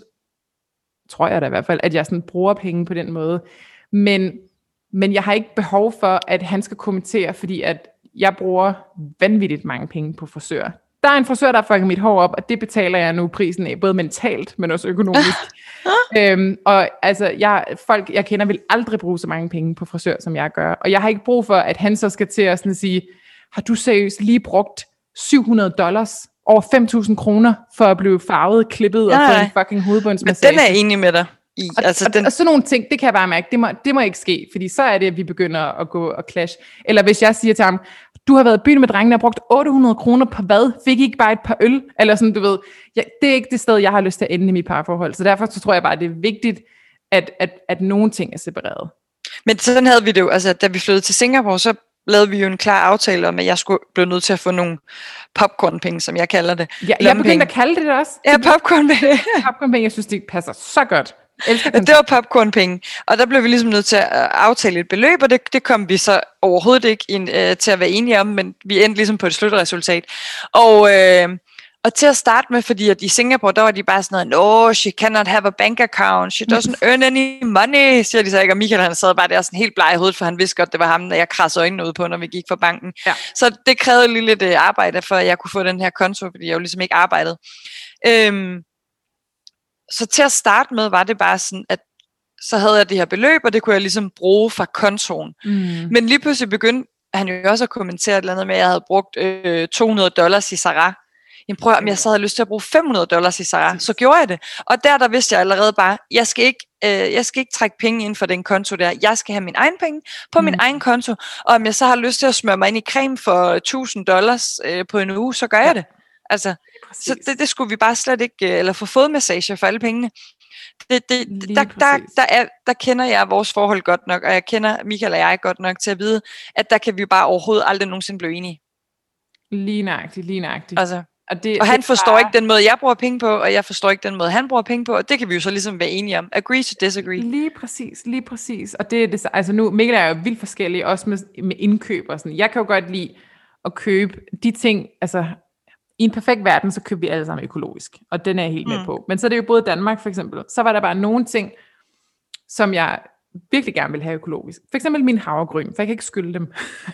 Speaker 2: tror jeg da i hvert fald, at jeg sådan bruger penge på den måde. Men, men jeg har ikke behov for, at han skal kommentere, fordi at jeg bruger vanvittigt mange penge på frisør. Der er en frisør, der har fucket mit hår op, og det betaler jeg nu prisen af, både mentalt, men også økonomisk. øhm, og altså, jeg, folk, jeg kender, vil aldrig bruge så mange penge på frisør, som jeg gør. Og jeg har ikke brug for, at han så skal til at sådan sige, har du seriøst lige brugt syv hundrede dollars, over fem tusind kroner, for at blive farvet, klippet og få en fucking hovedbundsmassage?
Speaker 1: Men den er enig med dig. i.
Speaker 2: Og,
Speaker 1: altså,
Speaker 2: og,
Speaker 1: den...
Speaker 2: og sådan nogle ting, det kan jeg bare mærke, det må, det må ikke ske, fordi så er det, at vi begynder at gå og clash. Eller hvis jeg siger til ham, du har været i byen med drengene og brugt otte hundrede kroner på hvad? Fik I ikke bare et par øl? Eller sådan, du ved, ja, det er ikke det sted, jeg har lyst til at ende i mit parforhold. Så derfor så tror jeg bare, det er vigtigt, at, at, at nogle ting er separeret.
Speaker 1: Men sådan havde vi det jo, altså da vi flyttede til Singapore, så lavede vi jo en klar aftale om, at jeg skulle blive nødt til at få nogle popcornpenge, som jeg kalder det.
Speaker 2: Ja, jeg begyndte at kalde det også.
Speaker 1: Ja, popcornpenge.
Speaker 2: Popcornpenge, jeg synes, det passer så godt.
Speaker 1: Det var popcornpenge, og der blev vi ligesom nødt til at aftale et beløb, og det, det kom vi så overhovedet ikke ind, øh, til at være enige om, men vi endte ligesom på et slutresultat. Og, øh, og til at starte med, fordi at i Singapore, der var de bare sådan noget, no, she cannot have a bank account, she doesn't earn any money, siger de så ikke, og Michael han sad bare der sådan helt bleg i hovedet, for han vidste godt, det var ham, der jeg krassede øjnene ud på, når vi gik fra banken. Ja. Så det krævede lige lidt arbejde, for at jeg kunne få den her konto, fordi jeg jo ligesom ikke arbejdede. Øhm, Så til at starte med var det bare sådan, at så havde jeg det her beløb, og det kunne jeg ligesom bruge fra kontoen. Mm. Men lige pludselig begyndte han jo også at kommentere et eller andet med, at jeg havde brugt øh, to hundrede dollars i Zara. Jamen prøv at om jeg så havde lyst til at bruge fem hundrede dollars i Zara, så gjorde jeg det. Og der, der vidste jeg allerede bare, jeg skal ikke, øh, jeg skal ikke trække penge ind for den konto der. Jeg skal have min egen penge på mm. min egen konto. Og om jeg så har lyst til at smøre mig ind i creme for tusind dollars øh, på en uge, så gør ja. jeg det. Altså, så det, det skulle vi bare slet ikke, eller få fodmassage for alle pengene. Det, det, der, der, der, er, der kender jeg vores forhold godt nok, og jeg kender Michael og jeg godt nok til at vide, at der kan vi bare overhovedet aldrig nogensinde blive enige.
Speaker 2: Lige nøjagtigt, lige nøjagtigt.
Speaker 1: Altså, og, det, og han det forstår bare... ikke den måde, jeg bruger penge på, og jeg forstår ikke den måde, han bruger penge på, og det kan vi jo så ligesom være enige om. Agree to disagree.
Speaker 2: Lige præcis, lige præcis. Og det er det, altså nu, Michael er jo vildt forskellig, også med, med indkøb og sådan. Jeg kan jo godt lide at købe de ting, altså i en perfekt verden, så køber vi alle sammen økologisk, og den er jeg helt med mm. på. Men så er det jo både Danmark for eksempel, så var der bare nogle ting, som jeg virkelig gerne ville have økologisk. For eksempel min havregryn, for jeg kan ikke skylde dem.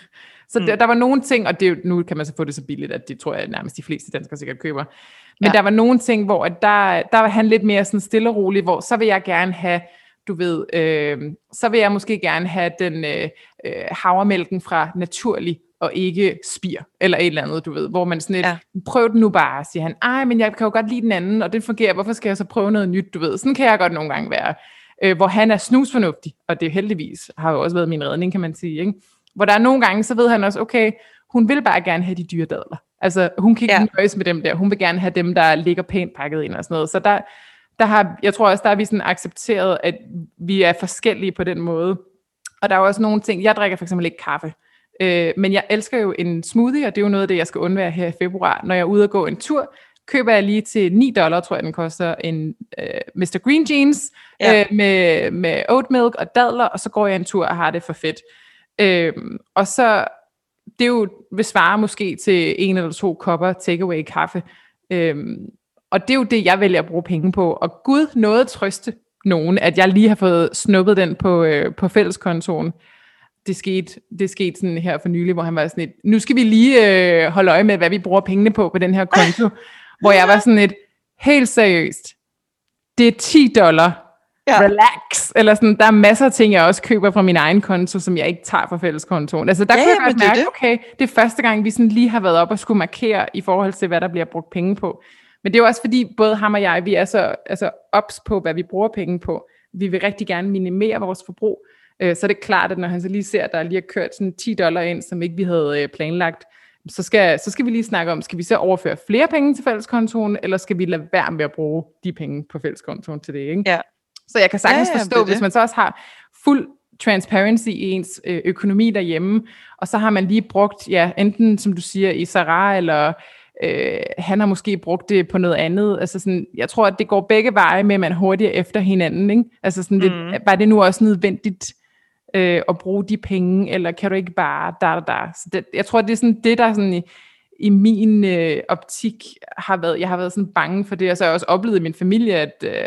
Speaker 2: så mm. der, der var nogle ting, og det er jo, nu kan man så få det så billigt, at det tror jeg nærmest de fleste danskere sikkert køber. Men ja. der var nogle ting, hvor at der, der var han lidt mere sådan stille og rolig, hvor så vil jeg gerne have, du ved, øh, så vil jeg måske gerne have den øh, øh, havremælken fra naturlig, og ikke spir, eller et eller andet, du ved, hvor man sådan lidt, ja. prøv den nu bare, siger han, ej, men jeg kan jo godt lide den anden, og den fungerer, hvorfor skal jeg så prøve noget nyt, du ved, sådan kan jeg godt nogle gange være, øh, hvor han er snusfornuftig, og det heldigvis har jo også været min redning, kan man sige, ikke? Hvor der er nogle gange, så ved han også, okay, hun vil bare gerne have de dyre dadler, altså hun kan ikke ja. nøjes med dem der, hun vil gerne have dem, der ligger pænt pakket ind og sådan noget, så der, der har, jeg tror også, der har vi sådan accepteret, at vi er forskellige på den måde, og der er også nogle ting, jeg drikker for eksempel ikke kaffe, Øh, men jeg elsker jo en smoothie, og det er jo noget af det, jeg skal undvære her i februar. Når jeg er ude og gå en tur, køber jeg lige til ni dollar, tror jeg, den koster en øh, mister Green Jeans ja. øh, med, med oat milk og dadler, og så går jeg en tur og har det for fedt. Øh, og så, det er jo, vil svare måske til en eller to kopper takeaway kaffe. Øh, og det er jo det, jeg vælger at bruge penge på. Og Gud nåede trøste nogen, at jeg lige har fået snuppet den på, øh, på fælleskontoen. Det skete, det skete sådan her for nylig, hvor han var sådan et, nu skal vi lige øh, holde øje med, hvad vi bruger pengene på på den her konto, hvor jeg var sådan et, helt seriøst, det er ti dollar, ja. relax, eller sådan, der er masser af ting, jeg også køber fra min egen konto, som jeg ikke tager fra fælleskontoen. Altså der ja, kunne jeg godt mærke, det. okay, det er første gang, vi sådan lige har været op og skulle markere i forhold til, hvad der bliver brugt penge på. Men det er jo også fordi, både ham og jeg, vi er så altså, ops på, hvad vi bruger penge på. Vi vil rigtig gerne minimere vores forbrug. Så er det klart, at når han så lige ser, at der lige har kørt sådan ti dollar ind, som ikke vi havde planlagt, så skal, så skal vi lige snakke om, skal vi så overføre flere penge til fælleskontoen, eller skal vi lade være med at bruge de penge på fælleskontoen til det, ikke? Ja. Så jeg kan sagtens ja, ja, forstå, det hvis man så også har fuld transparency i ens økonomi derhjemme, og så har man lige brugt, ja, enten som du siger, i Zara, eller øh, han har måske brugt det på noget andet. Altså sådan, jeg tror, at det går begge veje med, at man hurtigere efter hinanden, ikke? Altså sådan, det, mm. var det nu også nødvendigt øh, at bruge de penge, eller kan du ikke bare da, da, da. Så det, jeg tror, det er sådan det, der sådan i, i min øh, optik har været, jeg har været sådan bange for det, og så har jeg også oplevet i min familie, at, øh,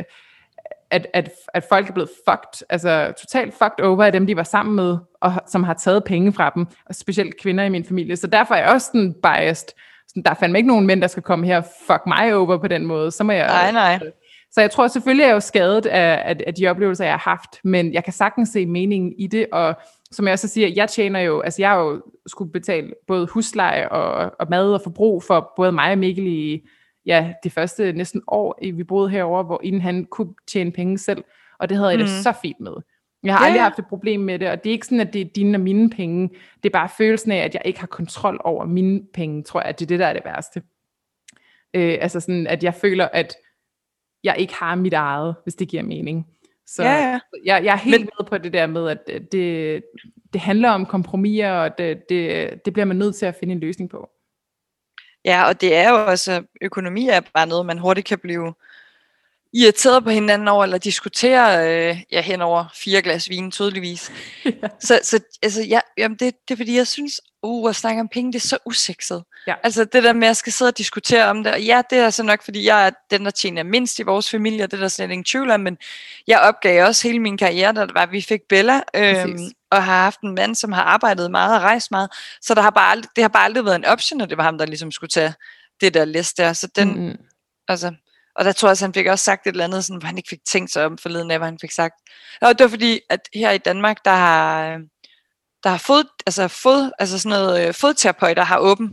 Speaker 2: at, at, at folk er blevet fucked, altså totalt fucked over af dem, de var sammen med, og som har taget penge fra dem, og specielt kvinder i min familie. Så derfor er jeg også sådan biased. Sådan, der er fandme ikke nogen mænd, der skal komme her og fuck mig over på den måde. Så må jeg...
Speaker 1: Nej, nej.
Speaker 2: Så jeg tror selvfølgelig, er jeg jo skadet af, af, af de oplevelser, jeg har haft, men jeg kan sagtens se meningen i det, og som jeg også siger, jeg tjener jo, altså jeg har jo skulle betale både husleje og, og mad og forbrug for både mig og Mikkel i, ja, de første næsten år, vi boede herovre, hvor inden han kunne tjene penge selv, og det havde jeg mm. det så fint med. Jeg har yeah. aldrig haft et problem med det, og det er ikke sådan, at det er dine og mine penge. Det er bare følelsen af, at jeg ikke har kontrol over mine penge, tror jeg, at det er det, der er det værste. Øh, altså sådan, at jeg føler, at jeg ikke har mit eget, hvis det giver mening. Så ja, ja. Jeg, jeg er helt Men... med på det der med, at det, det handler om kompromiser, og det, det, det bliver man nødt til at finde en løsning på.
Speaker 1: Ja, og det er jo også, økonomi er bare noget, man hurtigt kan blive irriteret på hinanden over, eller diskutere øh, ja, hen over fire glas vin, tydeligvis. Ja. Så, så altså, ja, jamen det, det er fordi, jeg synes, uh, at snakke om penge, det er så usekset. Ja. Altså det der med, at jeg skal sidde og diskutere om det, og ja, det er så nok, fordi jeg er den, der tjener mindst i vores familie, og det er der slet ingen tvivl om, men jeg opgav også hele min karriere, da det var, at vi fik Bella, øhm, og har haft en mand, som har arbejdet meget og rejst meget, så der har bare aldrig, det har bare aldrig været en option, og det var ham, der ligesom skulle tage det der list der, så den, mm-hmm. altså... Og der tror jeg, at han fik også sagt et eller andet, sådan, hvor han ikke fik tænkt sig om forleden af, hvad han fik sagt. Og det var fordi, at her i Danmark, der har, der har fod, altså fod, altså sådan noget, øh, fodterapeuter har åben.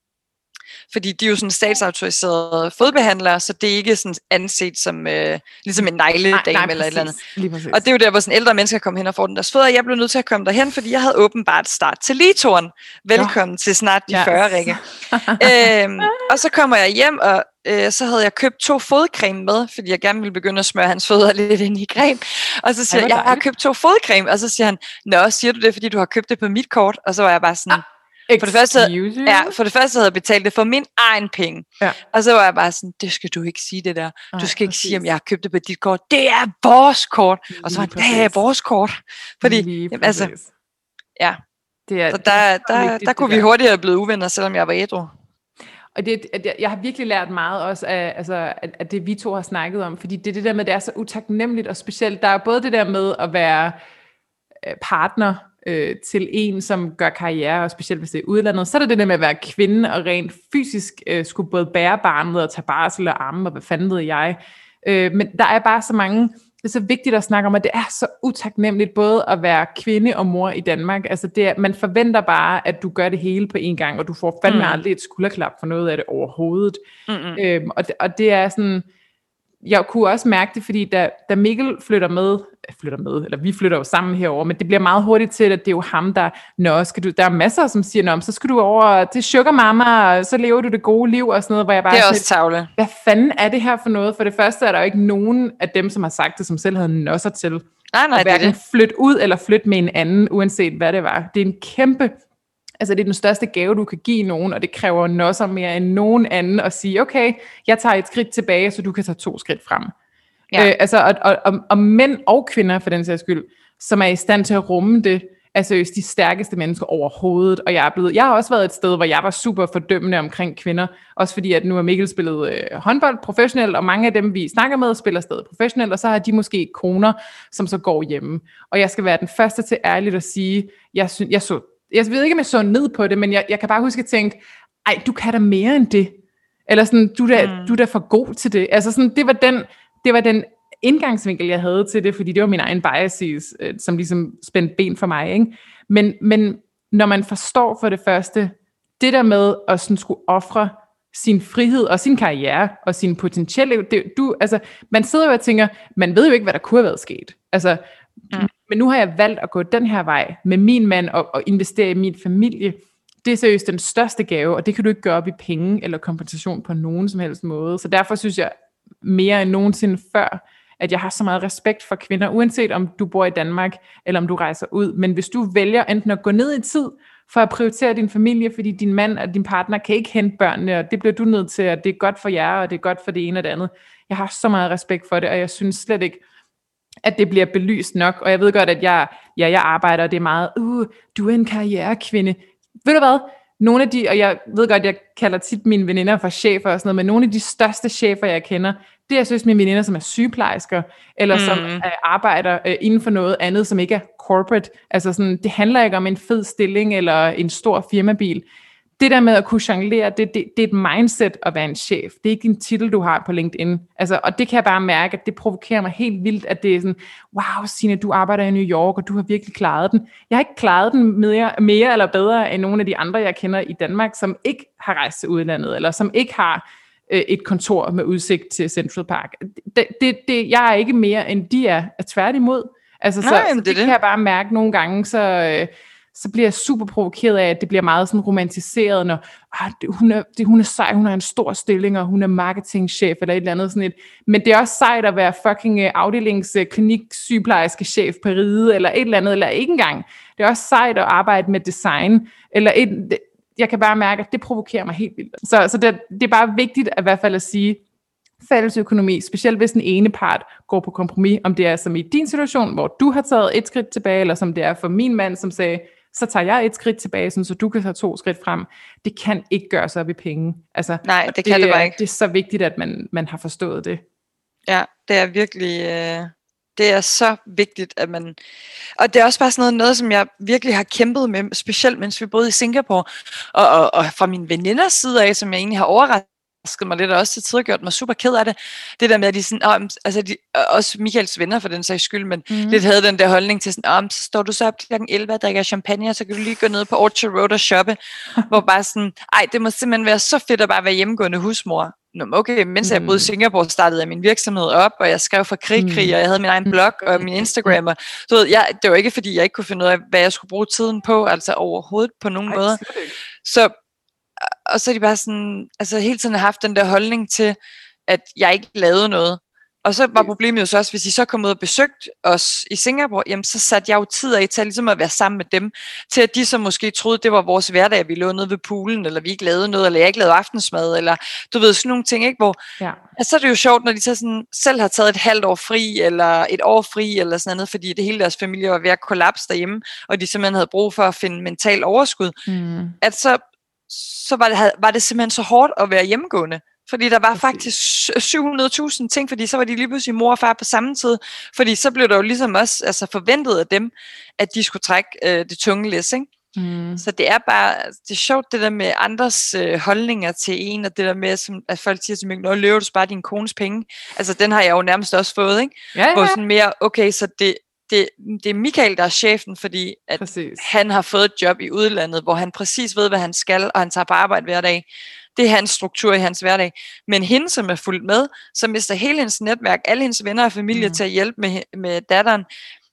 Speaker 1: Fordi de er jo sådan statsautoriserede fodbehandlere, så det er ikke sådan anset som øh, ligesom en negledame eller et eller andet. Og det er jo der, hvor sådan ældre mennesker kommer hen og får den deres fødder. Jeg blev nødt til at komme derhen, fordi jeg havde åbenbart start til ligetoren. Velkommen ja. Til snart de yes. fyrre, Rikke. øhm, og så kommer jeg hjem, og øh, så havde jeg købt to fodcreme med, fordi jeg gerne ville begynde at smøre hans fødder lidt ind i creme. Og så siger jeg, jeg har købt to fodcreme, og så siger han, nå, siger du det, fordi du har købt det på mit kort? Og så var jeg bare sådan... Ah. For det, første, ja, for det første havde jeg betalt det for min egen penge. Ja. Og så var jeg bare sådan, det skal du ikke sige det der. Du skal Ej, ikke sige, om jeg har købt det på dit kort. Det er vores kort. Lige og så var han, det er vores kort. Fordi, jamen, altså, ja. Det er, så der, det er der, vigtigt, der kunne vi der. hurtigt have blevet uvenner, selvom jeg var ædru.
Speaker 2: Og det, jeg har virkelig lært meget også af, altså, af det, vi to har snakket om. Fordi det er det der med, det er så utaknemmeligt og specielt. Der er både det der med at være partner øh, til en, som gør karriere, og specielt hvis det er udlandet, så er det det der med at være kvinde, og rent fysisk øh, skulle både bære barnet, og tage barsel og amme, og hvad fanden ved jeg. Øh, men der er bare så mange, det er så vigtigt at snakke om, at det er så utaknemmeligt, både at være kvinde og mor i Danmark. Altså det er, man forventer bare, at du gør det hele på en gang, og du får fandme mm. aldrig et skulderklap for noget af det overhovedet. Mm-hmm. Øh, og, det, og det er sådan... Jeg kunne også mærke det, fordi da, da Mikkel flytter med, flytter med, eller vi flytter jo sammen herover, men det bliver meget hurtigt til, at det er jo ham, der, nå, skal du, der er masser, som siger, nå, så skal du over til Sugar Mama, og så lever du det gode liv, og sådan noget, hvor jeg bare...
Speaker 1: Det er også tavle.
Speaker 2: Hvad fanden er det her for noget? For det første er der jo ikke nogen af dem, som har sagt det, som selv havde nosser til,
Speaker 1: nej, nej,
Speaker 2: at hverken flytte ud, eller flytte med en anden, uanset hvad det var. Det er en kæmpe... Altså det er den største gave, du kan give nogen, og det kræver nosser mere end nogen anden at sige, okay, jeg tager et skridt tilbage, så du kan tage to skridt frem. Ja. Øh, altså, og, og, og, og mænd og kvinder, for den sags skyld, som er i stand til at rumme det, er seriøst de stærkeste mennesker overhovedet. Og jeg er blevet, jeg har også været et sted, hvor jeg var super fordømmende omkring kvinder, også fordi at nu er Mikkel spillet øh, håndbold professionelt, og mange af dem, vi snakker med, spiller stadig professionelt, og så har de måske koner, som så går hjemme. Og jeg skal være den første til ærligt at sige, jeg, synes, jeg så Jeg ved ikke, om jeg så ned på det, men jeg, jeg kan bare huske at tænke, ej, du kan da mere end det. Eller sådan, du er da, mm. du er da for god til det. Altså sådan, det var den, det var den indgangsvinkel, jeg havde til det, fordi det var min egen biases, øh, som ligesom spændte ben for mig, ikke? Men, men når man forstår for det første, det der med at sådan skulle ofre sin frihed og sin karriere og sin potentielle, det, du, altså, man sidder jo og tænker, man ved jo ikke, hvad der kunne have været sket. Altså, mm. Men nu har jeg valgt at gå den her vej med min mand og, og investere i min familie. Det er seriøst den største gave, og det kan du ikke gøre op i penge eller kompensation på nogen som helst måde. Så derfor synes jeg mere end nogensinde før, at jeg har så meget respekt for kvinder, uanset om du bor i Danmark, eller om du rejser ud. Men hvis du vælger enten at gå ned i tid, for at prioritere din familie, fordi din mand og din partner kan ikke hente børnene, og det bliver du nødt til, og det er godt for jer, og det er godt for det ene og det andet. Jeg har så meget respekt for det, og jeg synes slet ikke, at det bliver belyst nok, og jeg ved godt, at jeg, ja, jeg arbejder, og det er meget, uh, du er en karrierekvinde. Ved du hvad? Nogle af de, og jeg ved godt, jeg kalder tit mine veninder for chefer og sådan noget, men nogle af de største chefer, jeg kender, det er jeg synes mine veninder, som er sygeplejersker, eller mm. som uh, arbejder uh, inden for noget andet, som ikke er corporate. Altså sådan, det handler ikke om en fed stilling, eller en stor firmabil. Det der med at kunne jonglere, det, det, det er et mindset at være en chef. Det er ikke en titel, du har på LinkedIn. Altså, og det kan jeg bare mærke, at det provokerer mig helt vildt, at det er sådan, wow, Signe, du arbejder i New York, og du har virkelig klaret den. Jeg har ikke klaret den mere, mere eller bedre end nogle af de andre, jeg kender i Danmark, som ikke har rejst til udlandet, eller som ikke har øh, et kontor med udsigt til Central Park. Det, det, det, jeg er ikke mere, end de er, er tværtimod. Altså,
Speaker 1: Nej,
Speaker 2: så, så
Speaker 1: det,
Speaker 2: det, det kan jeg bare mærke nogle gange, så... Øh, så bliver jeg super provokeret af, at det bliver meget sådan romantiseret, når ah, det, hun, er, det, hun er sej, hun har en stor stilling, og hun er marketingchef, eller et eller andet sådan et. Men det er også sejt at være fucking afdelings kliniksygeplejerske chef på Ride, eller et eller andet, eller ikke engang. Det er også sejt at arbejde med design, eller et, jeg kan bare mærke, at det provokerer mig helt vildt. Så, så det, det er bare vigtigt at i hvert fald at sige, fælles økonomi, specielt hvis den ene part går på kompromis, om det er som i din situation, hvor du har taget et skridt tilbage, eller som det er for min mand, som sagde, så tager jeg et skridt tilbage, sådan, så du kan tage to skridt frem. Det kan ikke gøres op i penge. Altså,
Speaker 1: Nej, det, det
Speaker 2: kan
Speaker 1: det bare
Speaker 2: ikke. Det er så vigtigt, at man, man har forstået det. Ja,
Speaker 1: det er virkelig... Øh... Det er så vigtigt, at man... Og det er også bare sådan noget, noget, som jeg virkelig har kæmpet med, specielt mens vi boede i Singapore, og, og, og fra mine veninders side af, som jeg egentlig har overrasket mig lidt, og også til tider gjort mig super ked af det. Det der med, at de sådan, åh, altså de, også Michaels venner for den sags skyld, men mm. lidt havde den der holdning til sådan, åh, så står du så op klokken elleve og drikker champagne, og så kan du lige gå ned på Orchard Road og shoppe, hvor bare sådan, ej, det må simpelthen være så fedt at bare være hjemmegående husmor. Nå, okay, mens mm. jeg boede i Singapore, startede jeg min virksomhed op, og jeg skrev for Krig Krig, mm. og jeg havde min egen blog og min Instagram, og du ved, jeg, det var ikke fordi, jeg ikke kunne finde ud af, hvad jeg skulle bruge tiden på, altså overhovedet på nogen måde. Så og så er de bare sådan, altså hele tiden har haft den der holdning til, at jeg ikke lavede noget. Og så var problemet jo så også, hvis de så kom ud og besøgte os i Singapore, jamen så satte jeg jo tid af til ligesom at være sammen med dem, til at de så måske troede, det var vores hverdag, at vi lå nede ved poolen, eller vi ikke lavede noget, eller jeg ikke lavede aftensmad, eller du ved, sådan nogle ting, ikke? Hvor, ja. Altså, så er det jo sjovt, når de så sådan, selv har taget et halvt år fri, eller et år fri, eller sådan noget, fordi det hele deres familie var ved at kollapse derhjemme, og de simpelthen havde brug for at finde mental overskud, mm. at så så var det, var det simpelthen så hårdt at være hjemmegående. Fordi der var faktisk syv hundrede tusind ting, fordi så var de lige pludselig mor og far på samme tid. Fordi så blev der jo ligesom også altså forventet af dem, at de skulle trække øh, det tunge læs, ikke? Mm. Så det er bare, det er sjovt det der med andres øh, holdninger til en, og det der med, som, at folk siger til mig, nå, løber du bare din kones penge? Altså den har jeg jo nærmest også fået, ikke? Ja, ja. Hvor sådan mere, okay, så det, det, det er Michael, der er chefen, fordi at han har fået et job i udlandet, hvor han præcis ved, hvad han skal, og han tager på arbejde hver dag. Det er hans struktur i hans hverdag. Men hende, som er fulgt med, så mister hele hendes netværk, alle hendes venner og familie mm. til at hjælpe med, med datteren,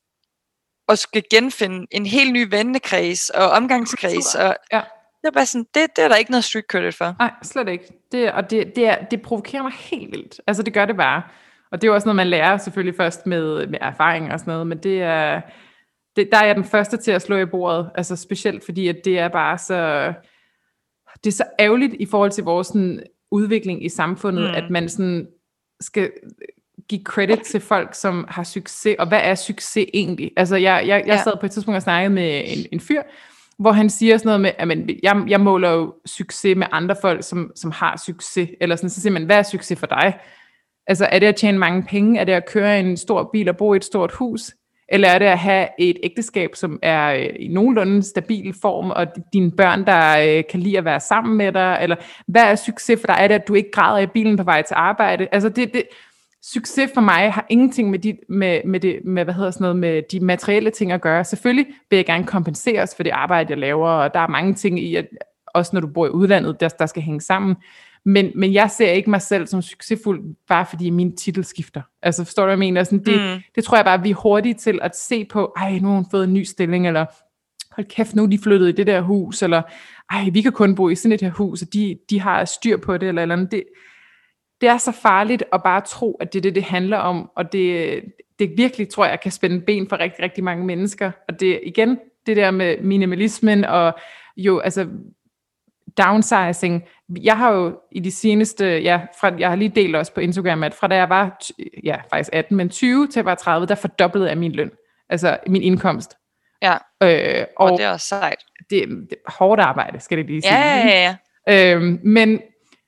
Speaker 1: og skal genfinde en helt ny vennekreds og omgangskreds. Og ja. Det er bare sådan, det, det er der ikke noget street credit for.
Speaker 2: Nej, slet ikke. Det, og det, det, er, det provokerer mig helt vildt. Altså det gør det bare. Og det er jo også noget, man lærer selvfølgelig først med, med erfaring og sådan noget, men det er, det, der er jeg den første til at slå i bordet, altså specielt fordi, at det er bare så, det er så ærgerligt i forhold til vores sådan, udvikling i samfundet, mm. at man sådan skal give credit til folk, som har succes, og hvad er succes egentlig? Altså jeg, jeg, jeg sad på et tidspunkt og snakkede med en, en fyr, hvor han siger sådan noget med, at jeg, jeg måler jo succes med andre folk, som, som har succes, eller sådan, så siger man, hvad er succes for dig? Altså er det at tjene mange penge? Er det at køre en stor bil og bo i et stort hus? Eller er det at have et ægteskab, som er i nogenlunde stabil form, og dine børn, der kan lide at være sammen med dig? Eller hvad er succes for dig? Er det, at du ikke græder i bilen på vej til arbejde? Altså det, det, succes for mig har ingenting med, de, med, med, det, med, hvad hedder sådan noget, med de materielle ting at gøre. Selvfølgelig vil jeg gerne kompenseres for det arbejde, jeg laver, og der er mange ting i, at, også når du bor i udlandet, der, der skal hænge sammen. Men, men jeg ser ikke mig selv som succesfuld, bare fordi min titel skifter. Altså forstår du, hvad jeg mener? Sådan, det, mm. det tror jeg bare, vi er hurtige til at se på, ej, nu har hun fået en ny stilling, eller hold kæft, nu er de flyttet i det der hus, eller ej, vi kan kun bo i sådan et her hus, og de, de har styr på det, eller eller andet. Det, det er så farligt at bare tro, at det er det, det handler om, og det, det virkelig, tror jeg, kan spænde ben for rigtig, rigtig mange mennesker. Og det igen, det der med minimalismen, og jo, altså downsizing. Jeg har jo i de seneste, ja, fra, jeg har lige delt også på Instagram, at fra da jeg var, ja, faktisk atten, men tyve til jeg var tredive, der fordoblede jeg min løn. Altså min indkomst.
Speaker 1: Ja, øh, og, og det er også sejt.
Speaker 2: Det, det er hårdt arbejde, skal det lige sige.
Speaker 1: Ja, ja, ja.
Speaker 2: Øhm, men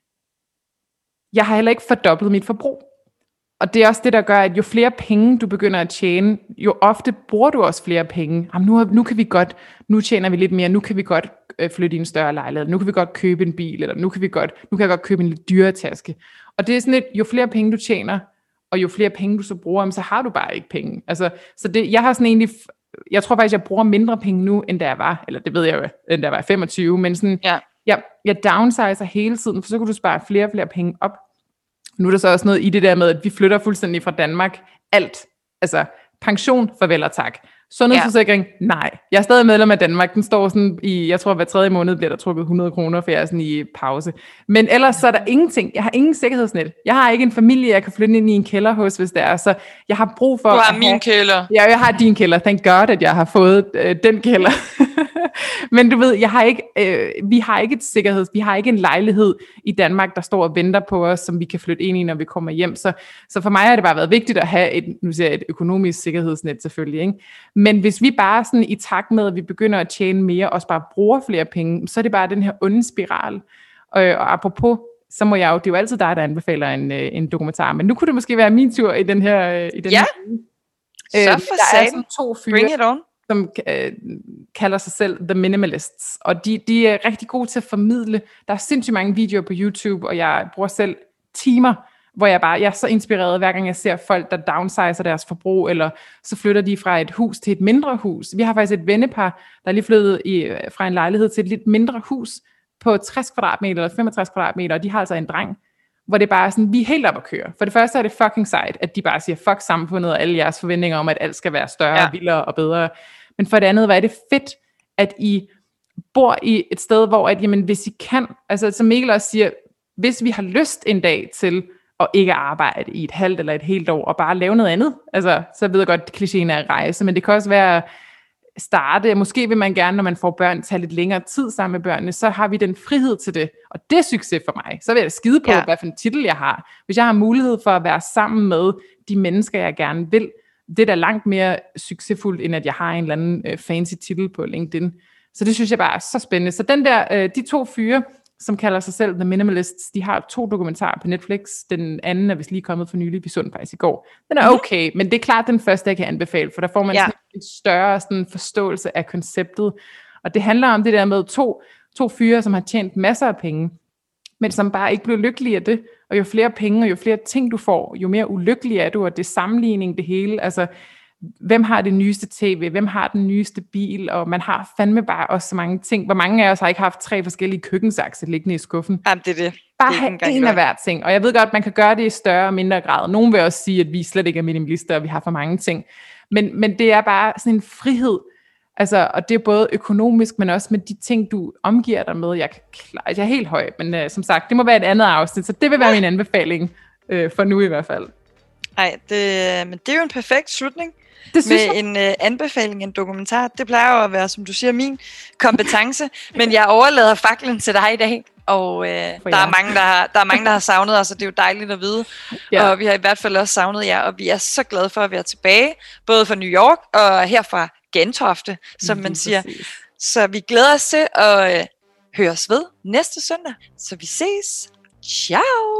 Speaker 2: jeg har heller ikke fordoblet mit forbrug. Og det er også det, der gør, at jo flere penge du begynder at tjene, jo ofte bruger du også flere penge. Jamen, nu, nu kan vi godt, nu tjener vi lidt mere, nu kan vi godt øh, flytte i en større lejlighed, nu kan vi godt købe en bil, eller nu kan vi godt, nu kan jeg godt købe en lidt dyre taske. Og det er sådan lidt, jo flere penge du tjener, og jo flere penge du så bruger, så har du bare ikke penge. Altså, så det, jeg har sådan egentlig, jeg tror faktisk, jeg bruger mindre penge nu, end da jeg var, eller det ved jeg jo, end da jeg var femogtyve, men sådan, ja. jeg, jeg downsizer hele tiden, for så kan du spare flere og flere penge op. Nu er der så også noget i det der med, at vi flytter fuldstændig fra Danmark. Alt. Altså pension, farvel og tak. Sundhedsforsikring, ja. Nej. Jeg er stadig medlem af Danmark. Den står sådan i, jeg tror hver tredje måned bliver der trukket hundrede kroner, for jeg er sådan i pause. Men ellers så er der ingenting. Jeg har ingen sikkerhedsnet. Jeg har ikke en familie, jeg kan flytte ind i en kælder hos, hvis det er. Så jeg har brug for...
Speaker 1: Du har min have, kælder.
Speaker 2: Ja, jeg har din kælder. Thank God, at jeg har fået øh, den kælder. Men du ved, jeg har ikke, øh, vi har ikke et sikkerheds... Vi har ikke en lejlighed i Danmark, der står og venter på os, som vi kan flytte ind i, når vi kommer hjem. Så, så for mig har det bare været vigtigt at have et, nu siger jeg, et økonomisk sikkerhedsnet selvfølgelig, ikke? Men hvis vi bare sådan i takt med, at vi begynder at tjene mere, og bare bruger flere penge, så er det bare den her onde spiral. Og, og apropos, så må jeg jo, det er jo altid dig, der anbefaler en, en dokumentar, men nu kunne det måske være min tur i den her... I den
Speaker 1: ja,
Speaker 2: her.
Speaker 1: så
Speaker 2: øh,
Speaker 1: for
Speaker 2: der er sådan to fyre,
Speaker 1: bring it on.
Speaker 2: som øh, kalder sig selv The Minimalists, og de, de er rigtig gode til at formidle. Der er sindssygt mange videoer på YouTube, og jeg bruger selv timer, hvor jeg bare, jeg er så inspireret, hver gang jeg ser folk, der downsizer deres forbrug, eller så flytter de fra et hus til et mindre hus. Vi har faktisk et vennepar, der er lige flyttet i, fra en lejlighed til et lidt mindre hus på tres kvadratmeter eller femogtres kvadratmeter, og de har altså en dreng, hvor det bare er sådan, vi er helt op at køre. For det første er det fucking sejt, at de bare siger, fuck samfundet og alle jeres forventninger om, at alt skal være større, ja. Vildere og bedre. Men for det andet, hvor er det fedt, at I bor i et sted, hvor at, jamen, hvis I kan, altså som Mikkel også siger, hvis vi har lyst en dag til og ikke arbejde i et halvt eller et helt år, og bare lave noget andet. Altså, så ved jeg godt, at klichéen er at rejse, men det kan også være at starte. Måske vil man gerne, når man får børn, tage lidt længere tid sammen med børnene, så har vi den frihed til det, og det er succes for mig. Så vil jeg skide på, ja. Hvad for en titel jeg har. Hvis jeg har mulighed for at være sammen med de mennesker, jeg gerne vil, det er da langt mere succesfuldt, end at jeg har en eller anden øh, fancy titel på LinkedIn. Så det synes jeg bare er så spændende. Så den der, øh, de to fyre, som kalder sig selv The Minimalists, de har to dokumentarer på Netflix. Den anden er vist lige kommet for nylig, vi så den faktisk i går. Den er okay, mm-hmm. men det er klart den første, jeg kan anbefale, for der får man ja. Sådan en større sådan, forståelse af konceptet. Og det handler om det der med to, to fyre, som har tjent masser af penge, men som bare ikke blev lykkelige af det. Og jo flere penge, og jo flere ting du får, jo mere ulykkelig er du, og det er sammenligning det hele. Altså, hvem har det nyeste tv, hvem har den nyeste bil, og man har fandme bare også så mange ting. Hvor mange af os har ikke haft tre forskellige køkkensakse liggende i skuffen?
Speaker 1: Jamen, det er det.
Speaker 2: Bare
Speaker 1: det
Speaker 2: have en af hver ting. Og jeg ved godt, man kan gøre det i større og mindre grad. Nogen vil også sige, at vi slet ikke er minimalister, og vi har for mange ting. Men, men det er bare sådan en frihed. Altså, og det er både økonomisk, men også med de ting, du omgiver dig med. Jeg, kan klare, jeg er helt høj, men uh, som sagt, det må være et andet afsnit, så det vil være min anbefaling, uh, for nu i hvert fald.
Speaker 1: Nej, det, men det er jo en perfekt slutning.
Speaker 2: Det
Speaker 1: med jeg. en øh, anbefaling, en dokumentar. Det plejer jo at være, som du siger, min kompetence. Men jeg overlader faklen til dig i dag. Og øh, der, er mange, der, har, der er mange, der har savnet os, og det er jo dejligt at vide. Ja. Og vi har i hvert fald også savnet jer, og vi er så glade for at være tilbage. Både fra New York og her fra Gentofte, som man siger. Præcis. Så vi glæder os til at øh, høre os ved næste søndag. Så vi ses. Ciao!